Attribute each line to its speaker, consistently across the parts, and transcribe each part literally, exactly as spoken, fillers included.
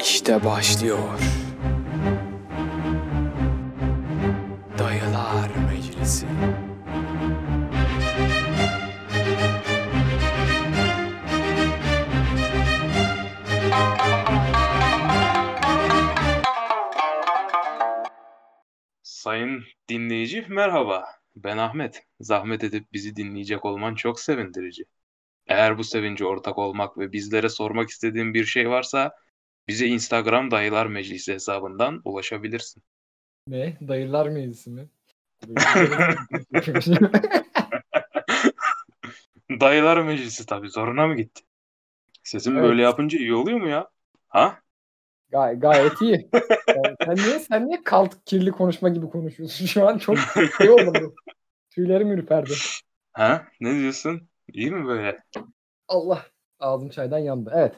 Speaker 1: İşte başlıyor. Dayılar Meclisi.
Speaker 2: Sayın dinleyici merhaba. Ben Ahmet. Zahmet edip bizi dinleyecek olman çok sevindirici. Eğer bu sevince ortak olmak ve bizlere sormak istediğin bir şey varsa bize Instagram Dayılar Meclisi hesabından ulaşabilirsin.
Speaker 3: Ne? Dayılar Meclisi mi? Dayılar
Speaker 2: Dayılar Meclisi tabii zoruna mı gitti? Sesim
Speaker 3: Evet.
Speaker 2: böyle yapınca iyi oluyor mu ya? Ha?
Speaker 3: Gay- gayet iyi. Yani sen niye sen niye kalt kirli konuşma gibi konuşuyorsun? Şu an çok şey oldu bu. Tüylerim ürperdi.
Speaker 2: Ha? Ne diyorsun? İyi mi böyle?
Speaker 3: Allah. Ağzım çaydan yandı. Evet.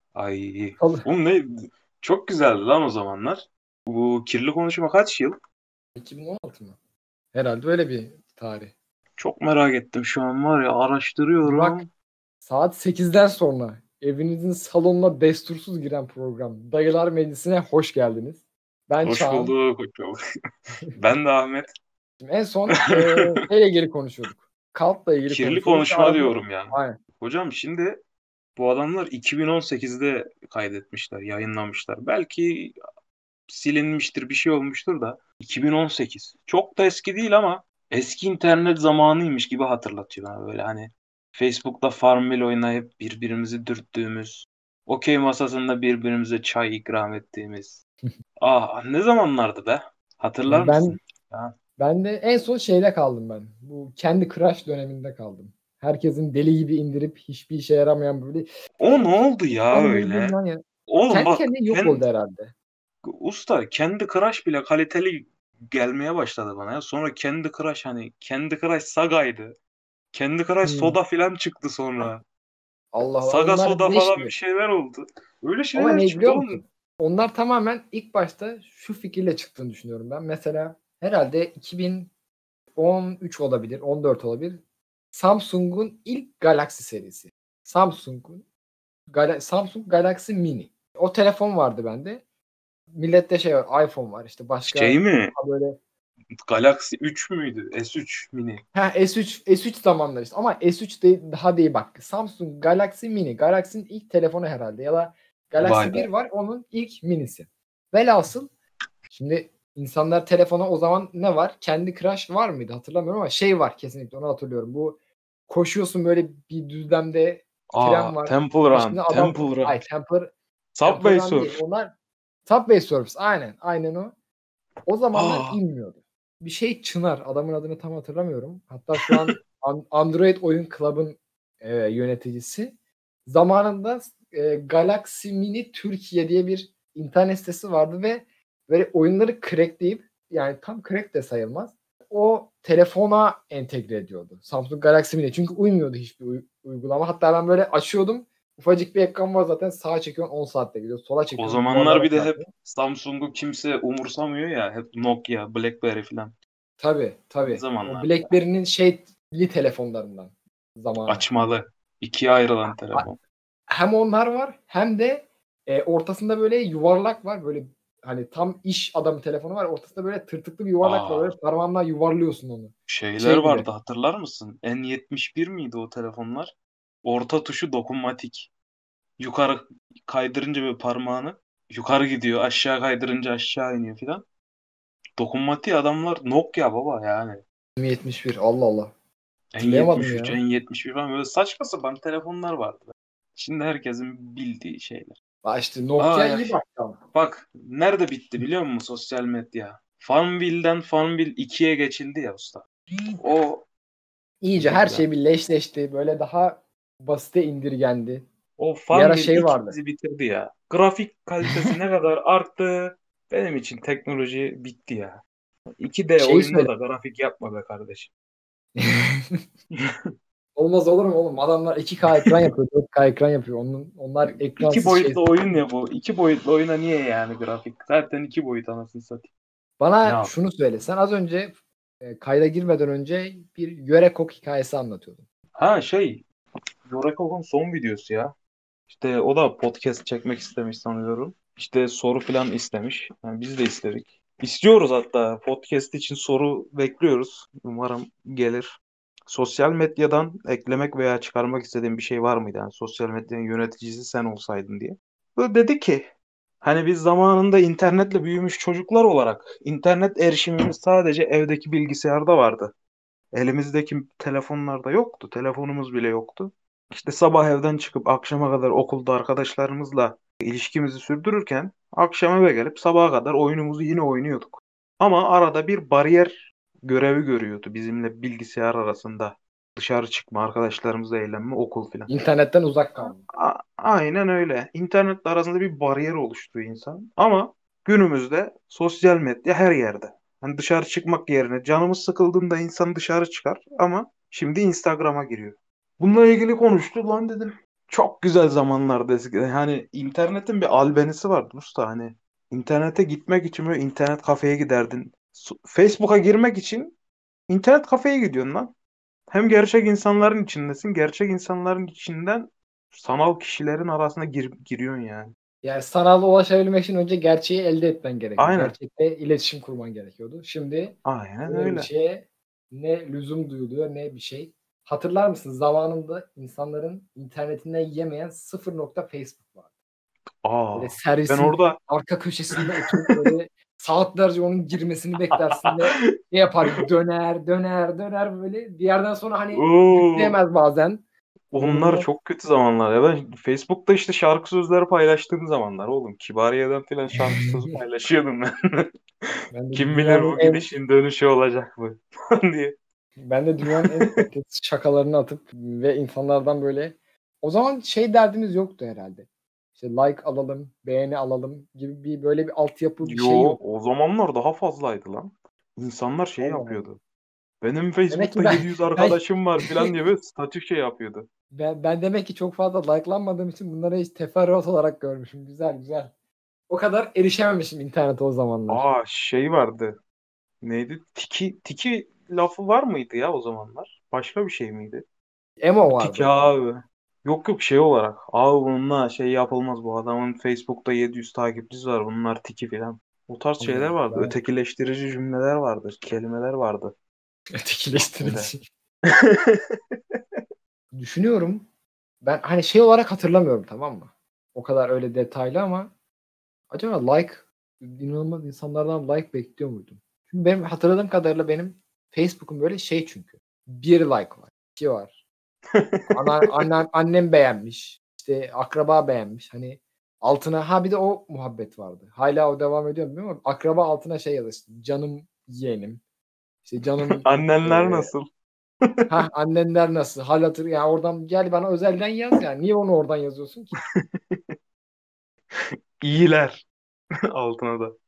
Speaker 2: Ay.
Speaker 3: Salı.
Speaker 2: Oğlum ne? Çok güzeldi lan o zamanlar. Bu kirli konuşma kaç yıl?
Speaker 3: iki bin on altı mı? Herhalde öyle bir tarih.
Speaker 2: Çok merak ettim şu an var ya
Speaker 3: Bak
Speaker 2: araştırıyorum.
Speaker 3: saat sekizden sonra evinizin salonuna destursuz giren program Dayılar Meclisi'ne hoş geldiniz. Ben
Speaker 2: Hoş
Speaker 3: Çağan.
Speaker 2: bulduk, hoş bulduk. Ben de Ahmet.
Speaker 3: Şimdi en son eee neyle ilgili konuşuyorduk? Kaltla ilgili
Speaker 2: Kirli
Speaker 3: konuşuyorduk. ve
Speaker 2: konuşma
Speaker 3: arada-
Speaker 2: diyorum ya.
Speaker 3: Aynen.
Speaker 2: Hocam şimdi bu adamlar iki bin on sekizde kaydetmişler, yayınlamışlar. Belki silinmiştir, bir şey olmuştur da. iki bin on sekiz. Çok da eski değil ama eski internet zamanıymış gibi hatırlatıyor bana böyle hani. Facebook'ta Farmville oynayıp birbirimizi dürttüğümüz, okey masasında birbirimize çay ikram ettiğimiz. Ah ne zamanlardı be? Hatırlar
Speaker 3: Yani ben
Speaker 2: mısın? Ya.
Speaker 3: ben de en son şeyde kaldım ben. Bu kendi crush döneminde kaldım. Herkesin deli gibi indirip hiçbir işe yaramayan böyle
Speaker 2: O ne oldu ya
Speaker 3: ben
Speaker 2: öyle?
Speaker 3: buldum lan ya.
Speaker 2: Oğlum
Speaker 3: Kendi
Speaker 2: bak
Speaker 3: kendine yok
Speaker 2: Ken,
Speaker 3: oldu herhalde.
Speaker 2: usta Candy Crush bile kaliteli gelmeye başladı bana ya. Sonra Candy Crush hani Candy Crush Saga'ydı. Candy Crush
Speaker 3: Hmm.
Speaker 2: Soda filan çıktı sonra.
Speaker 3: Allah Allah
Speaker 2: Saga
Speaker 3: onlar
Speaker 2: Soda
Speaker 3: leş
Speaker 2: falan bir
Speaker 3: mi?
Speaker 2: şeyler oldu. Öyle
Speaker 3: Ama
Speaker 2: şeyler
Speaker 3: ne
Speaker 2: çıktı
Speaker 3: biliyor
Speaker 2: oğlum.
Speaker 3: musun? Onlar tamamen ilk başta şu fikirle çıktığını düşünüyorum ben. Mesela herhalde iki bin on üç olabilir, on dört olabilir. Samsung'un ilk Galaxy serisi. Samsung'un Gala- Samsung Galaxy Mini. O telefon vardı bende. Millette şey var, iPhone var işte
Speaker 2: Şey
Speaker 3: başka
Speaker 2: mi?
Speaker 3: böyle.
Speaker 2: Galaxy üç müydü? S üç mini.
Speaker 3: Ha S üç S üç zamanları işte ama S üç de daha değil bak. Samsung Galaxy Mini. Galaxy'nin ilk telefonu herhalde ya da Galaxy
Speaker 2: Vay
Speaker 3: bir
Speaker 2: be.
Speaker 3: var onun ilk minisi. Velhasıl şimdi insanlar telefona o zaman ne var? Candy Crush var mıydı hatırlamıyorum ama şey var kesinlikle onu hatırlıyorum. Bu koşuyorsun böyle bir düzlemde
Speaker 2: Aa,
Speaker 3: tren var.
Speaker 2: Temple Run.
Speaker 3: Başında adam
Speaker 2: Temple Run.
Speaker 3: ay Temper Temple
Speaker 2: Subway
Speaker 3: Run değil.
Speaker 2: Surf.
Speaker 3: Onlar Subway Surfers aynen aynen o. O zamanlar
Speaker 2: Aa,
Speaker 3: inmiyordu. Bir şey Çınar. Adamın adını tam hatırlamıyorum. Hatta şu an An- Android Oyun Club'ın e, yöneticisi. Zamanında e, Galaxy Mini Türkiye diye bir internet sitesi vardı ve böyle oyunları crackleyip yani tam crack de sayılmaz. O telefona entegre ediyordu. Samsung Galaxy Mini. Çünkü uymuyordu hiçbir uy- uygulama. Hatta ben böyle açıyordum. Ufacık bir ekran var zaten sağa çekiyorsun on saatte gidiyor. Sola
Speaker 2: o
Speaker 3: çekiyorsun
Speaker 2: zamanlar
Speaker 3: duvarlara
Speaker 2: bir de hep
Speaker 3: çarpıyor.
Speaker 2: Samsung'u kimse umursamıyor ya. Hep Nokia, BlackBerry falan.
Speaker 3: Tabii
Speaker 2: Ne
Speaker 3: tabii. O
Speaker 2: zamanlar?
Speaker 3: BlackBerry'nin şeyli telefonlarından zamanı.
Speaker 2: Açmalı. İkiye ayrılan
Speaker 3: A-
Speaker 2: telefon.
Speaker 3: Hem onlar var hem de e, ortasında böyle yuvarlak var. Böyle hani tam iş adamı telefonu var. Ortasında böyle tırtıklı bir yuvarlak var.
Speaker 2: Aa,
Speaker 3: Böyle parmağınla yuvarlıyorsun onu.
Speaker 2: şeyler
Speaker 3: Şey gibi.
Speaker 2: vardı hatırlar mısın? N yetmiş bir miydi o telefonlar? Orta tuşu dokunmatik. Yukarı kaydırınca böyle parmağını yukarı gidiyor. Aşağı kaydırınca aşağı iniyor filan. Dokunmatik adamlar Nokia baba yani.
Speaker 3: yetmiş bir Allah Allah. Hatırlayamadım
Speaker 2: N yetmiş üç,
Speaker 3: ya.
Speaker 2: N yetmiş bir falan böyle saçma sapan telefonlar vardı. Şimdi herkesin bildiği şeyler.
Speaker 3: Aa işte Nokia
Speaker 2: Ay ay.
Speaker 3: iyi baktı ama.
Speaker 2: Bak nerede bitti biliyor musun sosyal medya? Farmville'den Farmville ikiye geçildi ya usta. O
Speaker 3: İyice her
Speaker 2: bitirdi.
Speaker 3: şey birleşleşti. Böyle daha basite indirgendi.
Speaker 2: O
Speaker 3: Bir ara
Speaker 2: Farmville
Speaker 3: şey
Speaker 2: iki
Speaker 3: vardı.
Speaker 2: bizi bitirdi ya. Grafik kalitesi ne kadar arttı. Benim için teknoloji bitti ya. iki D
Speaker 3: Şeyi
Speaker 2: oyunda
Speaker 3: söyle.
Speaker 2: da grafik yapma be kardeşim.
Speaker 3: Olmaz olur mu oğlum? Adamlar iki K ekran yapıyor, dört K ekran yapıyor. Onun, onlar
Speaker 2: İki
Speaker 3: ekransız şey.
Speaker 2: boyutlu oyun ya bu. İki boyutlu oyuna niye yani grafik? Zaten iki boyut anasını satayım. Ne
Speaker 3: Bana
Speaker 2: yap?
Speaker 3: şunu söyle. Sen az önce e, kayda girmeden önce bir Yörekok hikayesi anlatıyordun.
Speaker 2: Ha şey, Yorekok'un son videosu ya. İşte o da podcast çekmek istemiş sanıyorum. İşte soru falan istemiş. Yani biz de istedik. İstiyoruz hatta. Podcast için soru bekliyoruz. Umarım gelir. Sosyal medyadan eklemek veya çıkarmak istediğin bir şey var mıydı? Yani sosyal medyanın yöneticisi sen olsaydın diye. Böyle dedi ki hani biz zamanında internetle büyümüş çocuklar olarak internet erişimimiz sadece evdeki bilgisayarda vardı. Elimizdeki telefonlarda yoktu. Telefonumuz bile yoktu. İşte sabah evden çıkıp akşama kadar okulda arkadaşlarımızla ilişkimizi sürdürürken akşam eve gelip sabaha kadar oyunumuzu yine oynuyorduk. Ama arada bir bariyer görevi görüyordu bizimle bilgisayar arasında. Dışarı çıkma, arkadaşlarımızla eğlenme, okul filan.
Speaker 3: İnternetten uzak kalma.
Speaker 2: A- aynen öyle. İnternetle arasında bir bariyer oluştu insan. Ama günümüzde sosyal medya her yerde. Hani dışarı çıkmak yerine canımız sıkıldığında insan dışarı çıkar ama şimdi Instagram'a giriyor. Bununla ilgili konuştu lan dedim. Çok güzel zamanlardı eskiden. Hani internetin bir albenisi vardı usta hani. İnternete gitmek için böyle internet kafeye giderdin. Su- Facebook'a girmek için internet kafeye gidiyorsun lan. Hem gerçek insanların içindesin, gerçek insanların içinden sanal kişilerin arasına gir, giriyorsun yani.
Speaker 3: Yani sanala ulaşabilmek için önce gerçeği elde etmen gerekiyor.
Speaker 2: Aynen.
Speaker 3: Gerçekte iletişim kurman gerekiyordu. Şimdi
Speaker 2: Aynen
Speaker 3: böyle bir
Speaker 2: öyle.
Speaker 3: şeye ne lüzum duyuluyor ne bir şey. Hatırlar mısın? Zamanında insanların internetinden yemeyen sıfır nokta Facebook vardı.
Speaker 2: Aa,
Speaker 3: Böyle
Speaker 2: ben
Speaker 3: servisin
Speaker 2: orada
Speaker 3: arka köşesinde oturup böyle saatlerce onun girmesini beklersin ve ne yapar? Döner, döner, döner böyle. Bir yerden sonra hani
Speaker 2: Oo,
Speaker 3: yükleyemez bazen.
Speaker 2: onlar
Speaker 3: Böyle
Speaker 2: çok kötü zamanlar ya. Ben Facebook'ta işte şarkı sözleri paylaştığım zamanlar oğlum. Kibariye'den falan şarkı sözü paylaşıyordum ben.
Speaker 3: ben de
Speaker 2: Kim bilir
Speaker 3: dünyanın
Speaker 2: bu
Speaker 3: en
Speaker 2: gidişin dönüşü olacak mı diye.
Speaker 3: ben de dünyanın en ötesi şakalarını atıp ve insanlardan böyle o zaman şey derdimiz yoktu herhalde. İşte like alalım, beğeni alalım gibi bir böyle bir altyapı bir şey
Speaker 2: Yo,
Speaker 3: yok.
Speaker 2: o zamanlar daha fazlaydı lan. İnsanlar şey
Speaker 3: Allah Allah.
Speaker 2: yapıyordu. Benim
Speaker 3: Demek
Speaker 2: Facebook'ta
Speaker 3: ki ben
Speaker 2: yedi yüz
Speaker 3: ben,
Speaker 2: arkadaşım var falan diye böyle statü şey yapıyordu.
Speaker 3: ben, ben demek ki çok fazla like'lanmadığım için bunları hiç teferruat olarak görmüşüm. Güzel güzel. O kadar erişememişim internete o zamanlar.
Speaker 2: Aa şey vardı. Neydi? Tiki, tiki lafı var mıydı ya o zamanlar? Başka bir şey miydi?
Speaker 3: Emo
Speaker 2: Bu
Speaker 3: vardı
Speaker 2: tiki
Speaker 3: o zaman.
Speaker 2: abi. Yok yok şey olarak. Abi bununla şey yapılmaz bu adamın Facebook'ta yedi yüz takipçisi var. Bunlar tiki falan. O tarz
Speaker 3: Allah
Speaker 2: şeyler
Speaker 3: Allah.
Speaker 2: vardı.
Speaker 3: Ben
Speaker 2: Ötekileştirici cümleler vardı. Kelimeler vardı vaktinde.
Speaker 3: ötekileştirici. Düşünüyorum. Ben hani şey olarak hatırlamıyorum, tamam mı? O kadar öyle detaylı ama acaba like inanılmaz insanlardan like bekliyor muydum? Çünkü benim hatırladığım kadarıyla benim Facebook'um böyle şey çünkü. Bir like var. iki var. Ana, annem, annem beğenmiş. İşte akraba beğenmiş. Hani altına ha bir de o muhabbet vardı. Hala o devam ediyor mu bilmiyorum ama akraba altına şey yazmıştı. Canım yeğenim. İşte canım
Speaker 2: Annenler
Speaker 3: eee
Speaker 2: nasıl?
Speaker 3: ha annenler nasıl? Hal hatır ya oradan gel bana özelden yaz yani. Niye onu oradan yazıyorsun ki?
Speaker 2: İyiler. Altına da.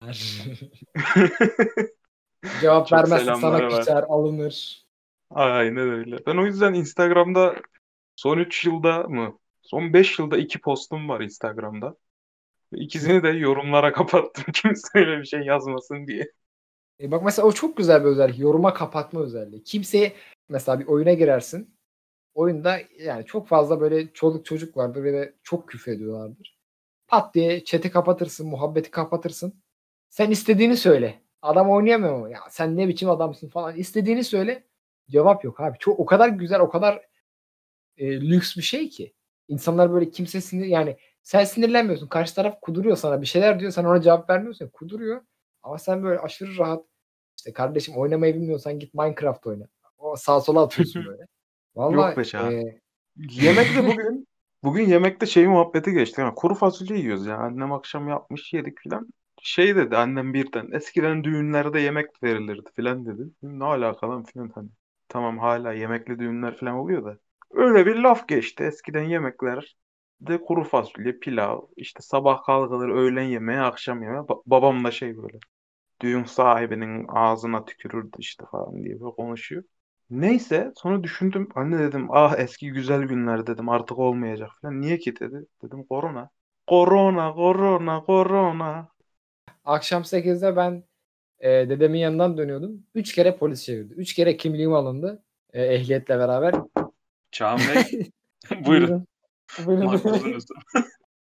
Speaker 3: Cevap
Speaker 2: Çok
Speaker 3: vermezsin sana
Speaker 2: selamları var.
Speaker 3: küser, alınır.
Speaker 2: Aynen öyle. Ben o yüzden Instagram'da son üç yılda mı? Son beş yılda iki postum var Instagram'da. Ve İkisini de yorumlara kapattım. Kimse öyle bir şey yazmasın diye.
Speaker 3: E bak mesela o çok güzel bir özellik. Yoruma kapatma özelliği. Kimseye mesela bir oyuna girersin. Oyunda yani çok fazla böyle çoluk çocuk vardır ve de çok küfür ediyorlardır. Pat diye chat'i kapatırsın, muhabbeti kapatırsın. Sen istediğini söyle. Adam oynayamıyor mu? Ya sen ne biçim adamsın falan. İstediğini söyle. Cevap yok abi. Çok o kadar güzel, o kadar e, lüks bir şey ki. İnsanlar böyle kimse sinir yani sen sinirlenmiyorsun. Karşı taraf kuduruyor sana. Bir şeyler diyor. Sen ona cevap vermiyorsun. Ya, kuduruyor. Ama sen böyle aşırı rahat işte kardeşim oynamayı bilmiyorsan git Minecraft oyna. O sağa sola atıyorsun böyle.
Speaker 2: Yok
Speaker 3: Valla
Speaker 2: be Çağrı.
Speaker 3: e,
Speaker 2: Yemekte bugün bugün yemekte şey muhabbeti geçti. Yani kuru fasulye yiyoruz ya. Annem akşam yapmış yedik filan. Şey dedi annem birden eskiden düğünlerde yemek verilirdi filan dedi. Ne alaka lan filan hani. Tamam hala yemekli düğünler filan oluyor da. Öyle bir laf geçti. Eskiden yemekler de kuru fasulye, pilav, işte sabah kalkılır öğlen yemeği, akşam yemeği. Ba- babam da şey böyle. Düğün sahibinin ağzına tükürürdü işte falan diye böyle konuşuyor. Neyse sonra düşündüm. Anne dedim ah eski güzel günler dedim artık olmayacak falan. Niye ki dedi. Dedim korona. Korona, korona, korona.
Speaker 3: akşam sekizde ben e, dedemin yanından dönüyordum. Üç kere polis çevirdi. Üç kere kimliğim alındı. E, ehliyetle beraber.
Speaker 2: Çağan Bey buyurun
Speaker 3: Buyurun. Buyurun.
Speaker 2: makbuzunuz.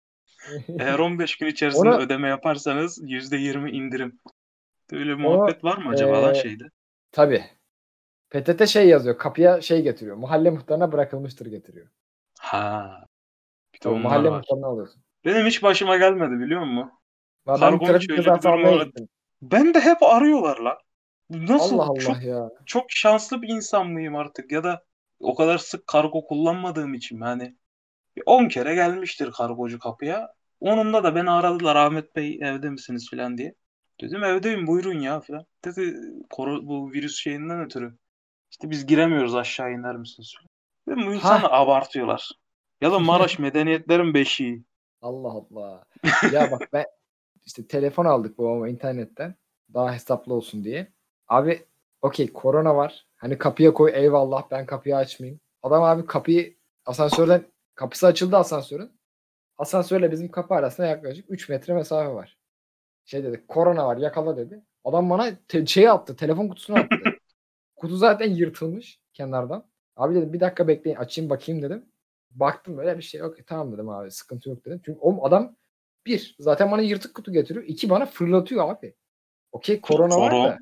Speaker 2: Eğer on beş gün içerisinde
Speaker 3: Onu
Speaker 2: ödeme yaparsanız yüzde yirmi indirim. Öyle bir
Speaker 3: onu
Speaker 2: muhabbet var mı acaba lan
Speaker 3: eee
Speaker 2: şeyde?
Speaker 3: tabii. P T T şey yazıyor. Kapıya şey getiriyor. Mahalle muhtarına bırakılmıştır getiriyor.
Speaker 2: Ha, bir de
Speaker 3: Tabii
Speaker 2: onlar
Speaker 3: mahalle
Speaker 2: var.
Speaker 3: muhtarını alıyorsun.
Speaker 2: Benim hiç başıma gelmedi biliyor musun?
Speaker 3: Va ben
Speaker 2: Kargonun
Speaker 3: trafik
Speaker 2: şöyle bir
Speaker 3: cezası
Speaker 2: durumu
Speaker 3: almaya
Speaker 2: var.
Speaker 3: gittim.
Speaker 2: Ben de hep arıyorlar lan.
Speaker 3: Allah
Speaker 2: Nasıl? Çok
Speaker 3: Allah ya.
Speaker 2: çok şanslı bir insan mıyım artık ya da o kadar sık kargo kullanmadığım için mi? Hani on kere gelmiştir kargocu kapıya. Onunla da beni aradılar, Ahmet Bey evde misiniz falan diye. Dedim evdeyim buyurun ya falan. Dedi koru, bu virüs şeyinden ötürü. İşte biz giremiyoruz, aşağı iner misiniz falan. Dedim bu insanlar
Speaker 3: Hah.
Speaker 2: abartıyorlar. Ya da Maraş medeniyetlerin beşiği.
Speaker 3: Allah Allah. Ya bak ben işte telefon aldık babama internetten. Daha hesaplı olsun diye. Abi okey korona var. Hani kapıya koy eyvallah ben kapıyı açmayayım. Adam abi kapıyı asansörden kapısı açıldı asansörün. Asansörle bizim kapı arasında yaklaşık üç metre mesafe var. Şey dedi korona var yakala dedi. Adam bana te- şeyi attı telefon kutusunu attı. Kutu zaten yırtılmış kenardan. Abi dedim bir dakika bekleyin açayım bakayım dedim. Baktım böyle bir şey yok. Tamam dedim abi sıkıntı yok dedim. Çünkü o adam bir zaten bana yırtık kutu getiriyor. İki bana fırlatıyor abi. Okey korona var
Speaker 2: Koro.
Speaker 3: da.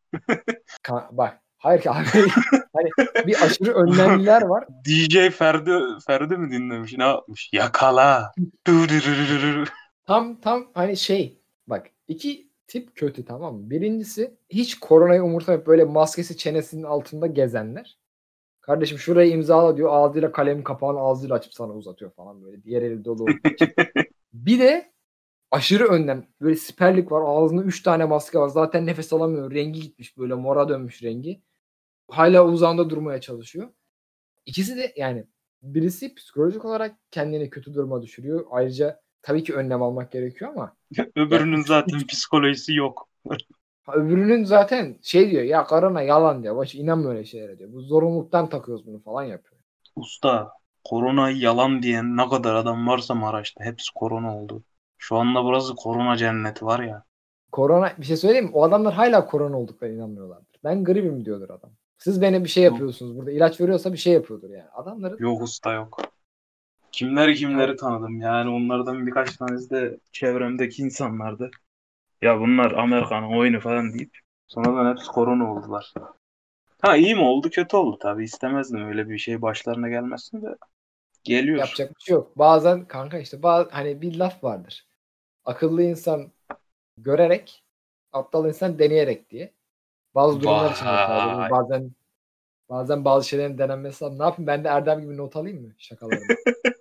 Speaker 3: Ka- bak hayır ki abi. Hani bir aşırı önlemliler var.
Speaker 2: D J Ferdi Ferdi mi dinlemiş? Ne yapmış? Yakala. Dürürürürür.
Speaker 3: Tam tam hani şey bak iki tip kötü tamam mı? Birincisi hiç koronayı umursamayıp böyle maskesi çenesinin altında gezenler. Kardeşim şurayı imzala diyor. Ağzıyla kalem kapağını ağzıyla açıp sana uzatıyor falan böyle. Diğer eli dolu olduğu için. Bir de aşırı önlem. Böyle siperlik var. Ağzında üç tane maske var. Zaten nefes alamıyor. Rengi gitmiş böyle mora dönmüş rengi. Hala uzağında durmaya çalışıyor. İkisi de yani birisi psikolojik olarak kendini kötü duruma düşürüyor. Ayrıca tabii ki önlem almak gerekiyor ama yani
Speaker 2: Öbürünün
Speaker 3: üç,
Speaker 2: zaten
Speaker 3: üç,
Speaker 2: psikolojisi yok.
Speaker 3: öbürünün zaten şey diyor ya korona yalan diyor. Baş inanmıyor öyle şeylere diyor. Bu zorunluluktan takıyoruz bunu falan yapıyor.
Speaker 2: Usta, koronayı yalan diyen ne kadar adam varsa Maraş'ta hepsi korona oldu. Şu anda burası korona cenneti var ya.
Speaker 3: Korona bir şey söyleyeyim mi? O adamlar hala korona olduklarına inanmıyorlardır. Ben gribim diyordur adam. Siz bana bir şey
Speaker 2: Yok,
Speaker 3: yapıyorsunuz burada. İlaç veriyorsa bir şey yapıyordur yani. Adamların
Speaker 2: yok usta yok. Kimleri
Speaker 3: ya,
Speaker 2: kimleri tanıdım yani onlardan birkaç tanesi de çevremdeki insanlardı. Ya bunlar Amerika'nın oyunu falan deyip sonradan hepsi korona oldular. Ha iyi mi oldu kötü oldu tabii, istemezdim öyle bir şey başlarına gelmesin de geliyor.
Speaker 3: yapacak bir şey yok. Bazen kanka işte bazı, hani bir laf vardır. Akıllı insan görerek, aptal insan deneyerek diye. Bazı durumlar için geçerli. Bu
Speaker 2: Vay.
Speaker 3: bazen bazen bazı şeylerin denenmesi lazım. Ne yapayım ben de Erdem gibi not alayım mı şakalarımı?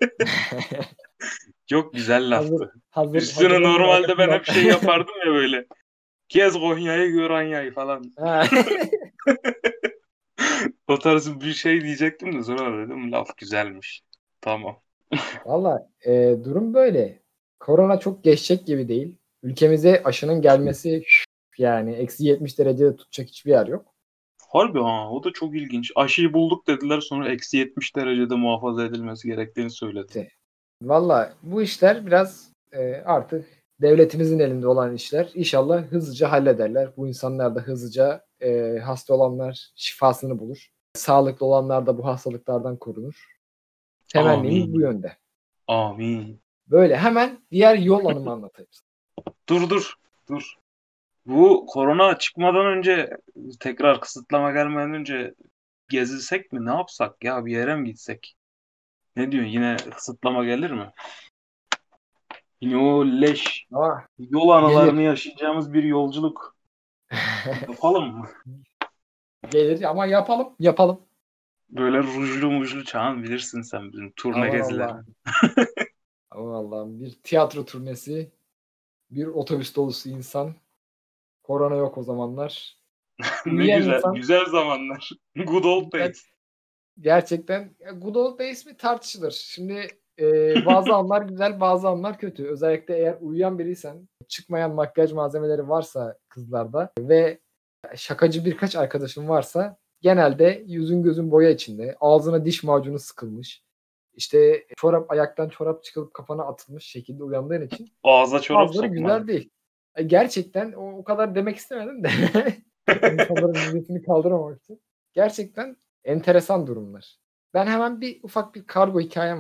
Speaker 2: Çok güzel
Speaker 3: hazır
Speaker 2: laftı.
Speaker 3: hazır
Speaker 2: Üstüne
Speaker 3: hazırlanın
Speaker 2: normalde ben
Speaker 3: arkasından.
Speaker 2: hep şey yapardım ya böyle. Gez Konya'yı gör Anya'yı falan.
Speaker 3: Ha.
Speaker 2: O tarz bir şey diyecektim de sonra dedim laf güzelmiş. Tamam.
Speaker 3: Valla e, durum böyle. Korona çok geçecek gibi değil. Ülkemize aşının gelmesi yani eksi yetmiş derecede tutacak hiçbir yer yok.
Speaker 2: Harbi ha, o da çok ilginç. Aşıyı bulduk dediler, sonra eksi yetmiş derecede muhafaza edilmesi gerektiğini söyledi.
Speaker 3: Valla bu işler biraz e, artık devletimizin elinde olan işler. İnşallah hızlıca hallederler. Bu insanlar da hızlıca e, hasta olanlar şifasını bulur. Sağlıklı olanlar da bu hastalıklardan korunur. Temennimiz bu
Speaker 2: Amin.
Speaker 3: yönde.
Speaker 2: Amin.
Speaker 3: Böyle hemen diğer yol anımı anlatayım.
Speaker 2: Dur dur. Dur. Bu korona çıkmadan önce, tekrar kısıtlama gelmeden önce gezilsek mi? Ne yapsak ya? Bir yere mi gitsek? Ne diyorsun? Yine kısıtlama gelir mi? Yine o leş
Speaker 3: Ama
Speaker 2: yol anılarını
Speaker 3: gelir.
Speaker 2: yaşayacağımız bir yolculuk yapalım mı?
Speaker 3: Gelir ama yapalım. Yapalım.
Speaker 2: Böyle rujlu mujlu çağın, bilirsin sen bizim turne
Speaker 3: Aman
Speaker 2: gezilerini.
Speaker 3: Allah'ım. Aman Allah'ım. Bir tiyatro turnesi. Bir otobüs dolusu insan. Korona yok o zamanlar.
Speaker 2: Ne
Speaker 3: Uyuyan
Speaker 2: güzel,
Speaker 3: insan
Speaker 2: güzel zamanlar. Good old
Speaker 3: ger-
Speaker 2: days.
Speaker 3: gerçekten ya good old days mi tartışılır. Şimdi e, bazı anlar güzel bazı anlar kötü. Özellikle eğer uyuyan biriysen çıkmayan makyaj malzemeleri varsa kızlarda ve şakacı birkaç arkadaşın varsa genelde yüzün gözün boya içinde. Ağzına diş macunu sıkılmış. İşte çorap ayaktan çorap çıkıp kafana atılmış şekilde uyandığın için
Speaker 2: Ağza çorap
Speaker 3: bazıları
Speaker 2: sokma.
Speaker 3: güzel değil. E, gerçekten o, o kadar demek istemedim de insanların milletini kaldırmamak için. Gerçekten enteresan durumlar. Ben hemen bir ufak bir kargo hikayem var.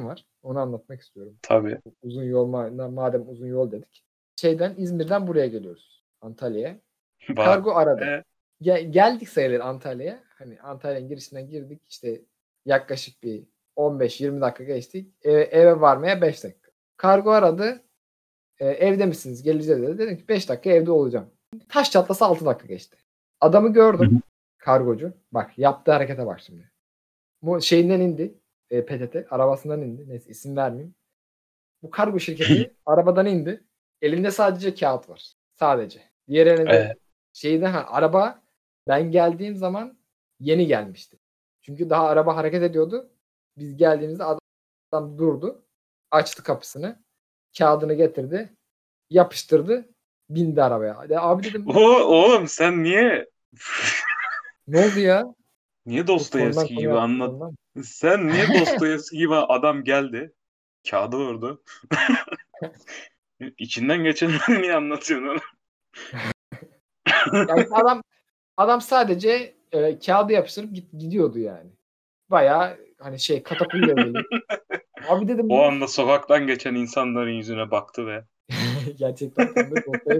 Speaker 3: Onu anlatmak istiyorum.
Speaker 2: Tabii.
Speaker 3: Uzun yol ma- madem uzun yol dedik. Şeyden İzmir'den buraya geliyoruz. Antalya'ya.
Speaker 2: Bak.
Speaker 3: Kargo aradı.
Speaker 2: E,
Speaker 3: Gel- geldik sayılır Antalya'ya. Hani Antalya'nın girişinden girdik. İşte yaklaşık bir on beş yirmi dakika geçtik. Eve, eve varmaya beş dakika. Kargo aradı. E, evde misiniz? Geleceğiz dedi. Dedim ki beş dakika evde olacağım. Taş çatlasa altı dakika geçti. Adamı gördüm. Kargocu. Bak yaptığı harekete bak şimdi. Bu şeyinden indi. E, P T T. Arabasından indi. Neyse isim vermeyeyim. Bu kargo şirketi arabadan indi. Elinde sadece kağıt var. Sadece. Diğer elinde
Speaker 2: Evet.
Speaker 3: şeyde ha, araba ben geldiğim zaman yeni gelmişti. Çünkü daha araba hareket ediyordu. Biz geldiğimizde adam durdu. Açtı kapısını. Kağıdını getirdi. Yapıştırdı. Bindi arabaya. De, abi dedim
Speaker 2: O, oğlum sen niye
Speaker 3: ne oldu ya?
Speaker 2: niye
Speaker 3: Konudan
Speaker 2: Dostoyevski gibi
Speaker 3: konuya
Speaker 2: anlat?
Speaker 3: konudan.
Speaker 2: Sen niye Dostoyevski gibi adam geldi? Kağıdı vurdu. İçinden geçenleri niye anlatıyorsun onu?
Speaker 3: Yani adam adam sadece e, kağıdı yapıştırıp git, gidiyordu yani. Bayağı hani şey katakulli evliliği. Abi dedim
Speaker 2: O anda sokaktan geçen insanların yüzüne baktı ve
Speaker 3: gerçekten tam da Dostoyev-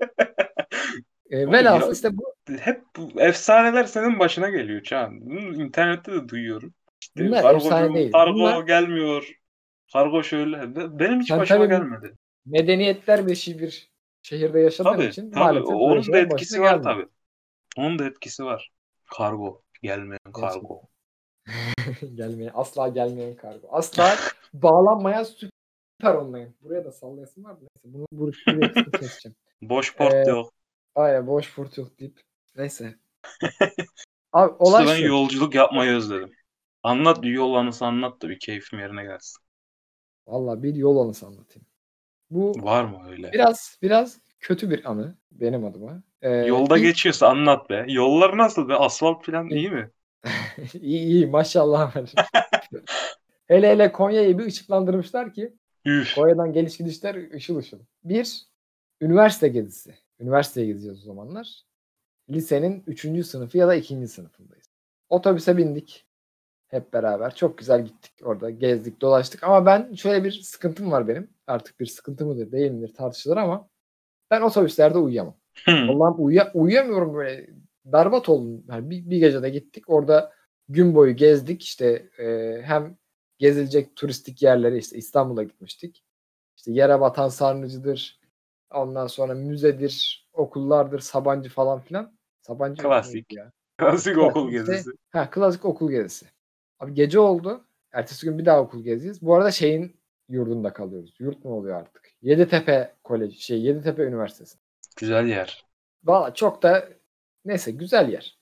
Speaker 3: e,
Speaker 2: Oğlum
Speaker 3: velhasıl
Speaker 2: ya,
Speaker 3: işte bu
Speaker 2: hep bu efsaneler senin başına geliyor Çağan. Bunu internette de duyuyorum. İşte
Speaker 3: bunlar efsane
Speaker 2: kargocu,
Speaker 3: değil.
Speaker 2: kargo
Speaker 3: Bunlar
Speaker 2: gelmiyor. Kargo şöyle. Be- Benim hiç
Speaker 3: sen
Speaker 2: başıma
Speaker 3: tabii
Speaker 2: gelmedi.
Speaker 3: medeniyetler beşiği bir şehirde yaşadığın
Speaker 2: Tabii,
Speaker 3: için
Speaker 2: tabii.
Speaker 3: maalesef böyle
Speaker 2: Onun da
Speaker 3: şeyler başına
Speaker 2: etkisi var
Speaker 3: gelmiyor.
Speaker 2: tabii. Onun da etkisi var. Kargo. Gelmeyen
Speaker 3: Gerçekten.
Speaker 2: kargo.
Speaker 3: Gelmeyen, asla gelmeyen kargo. Asla bağlanmayan süper olmayan. Buraya da sallayasın var mı? Neyse bunu bu, buraya kısmı keseceğim.
Speaker 2: Boş port
Speaker 3: Ee,
Speaker 2: yok.
Speaker 3: Aynen boş fırt yok deyip. Neyse. Abi
Speaker 2: İşte
Speaker 3: olay
Speaker 2: ben
Speaker 3: şu.
Speaker 2: yolculuk yapmayı özledim. Anlat bir yol anısı anlat da bir keyfim yerine gelsin.
Speaker 3: Valla bir yol anısı anlatayım. Bu
Speaker 2: Var mı öyle?
Speaker 3: biraz biraz kötü bir anı benim adıma. Ee,
Speaker 2: Yolda
Speaker 3: ilk-
Speaker 2: geçiyorsa anlat be. Yollar nasıl be? Asfalt falan iyi mi?
Speaker 3: iyi iyi maşallah var. Hele hele Konya'yı bir ışıklandırmışlar ki
Speaker 2: Üf.
Speaker 3: Konya'dan geliş gidişler ışıl ışıl. Bir, üniversite gezisi. Üniversiteye gideceğiz o zamanlar. Lisenin üçüncü sınıfı ya da ikinci sınıfındayız. Otobüse bindik. Hep beraber. Çok güzel gittik orada. Gezdik, dolaştık. Ama ben şöyle bir sıkıntım var benim. Artık bir sıkıntı mıdır, değil midir tartışılır ama ben otobüslerde uyuyamam. Allah'ım uyuya, uyuyamıyorum böyle. Berbat oldum. Yani bir, bir gecede gittik. Orada gün boyu gezdik. İşte e, hem gezilecek turistik yerlere işte İstanbul'a gitmiştik. İşte Yerebatan Sarnıcı'dır. Ondan sonra müzedir, okullardır, Sabancı falan filan. Sabancı neydi
Speaker 2: Klasik.
Speaker 3: ya?
Speaker 2: Klasik okul
Speaker 3: Klasik işte.
Speaker 2: gezisi.
Speaker 3: Ha, klasik okul gezisi. Abi gece oldu. Ertesi gün bir daha okul gezeceğiz. Bu arada şeyin yurdunda kalıyoruz. Yurt mu oluyor artık? Yeditepe Koleji, şey Yeditepe Üniversitesi.
Speaker 2: Güzel yer.
Speaker 3: Valla çok da neyse güzel yer.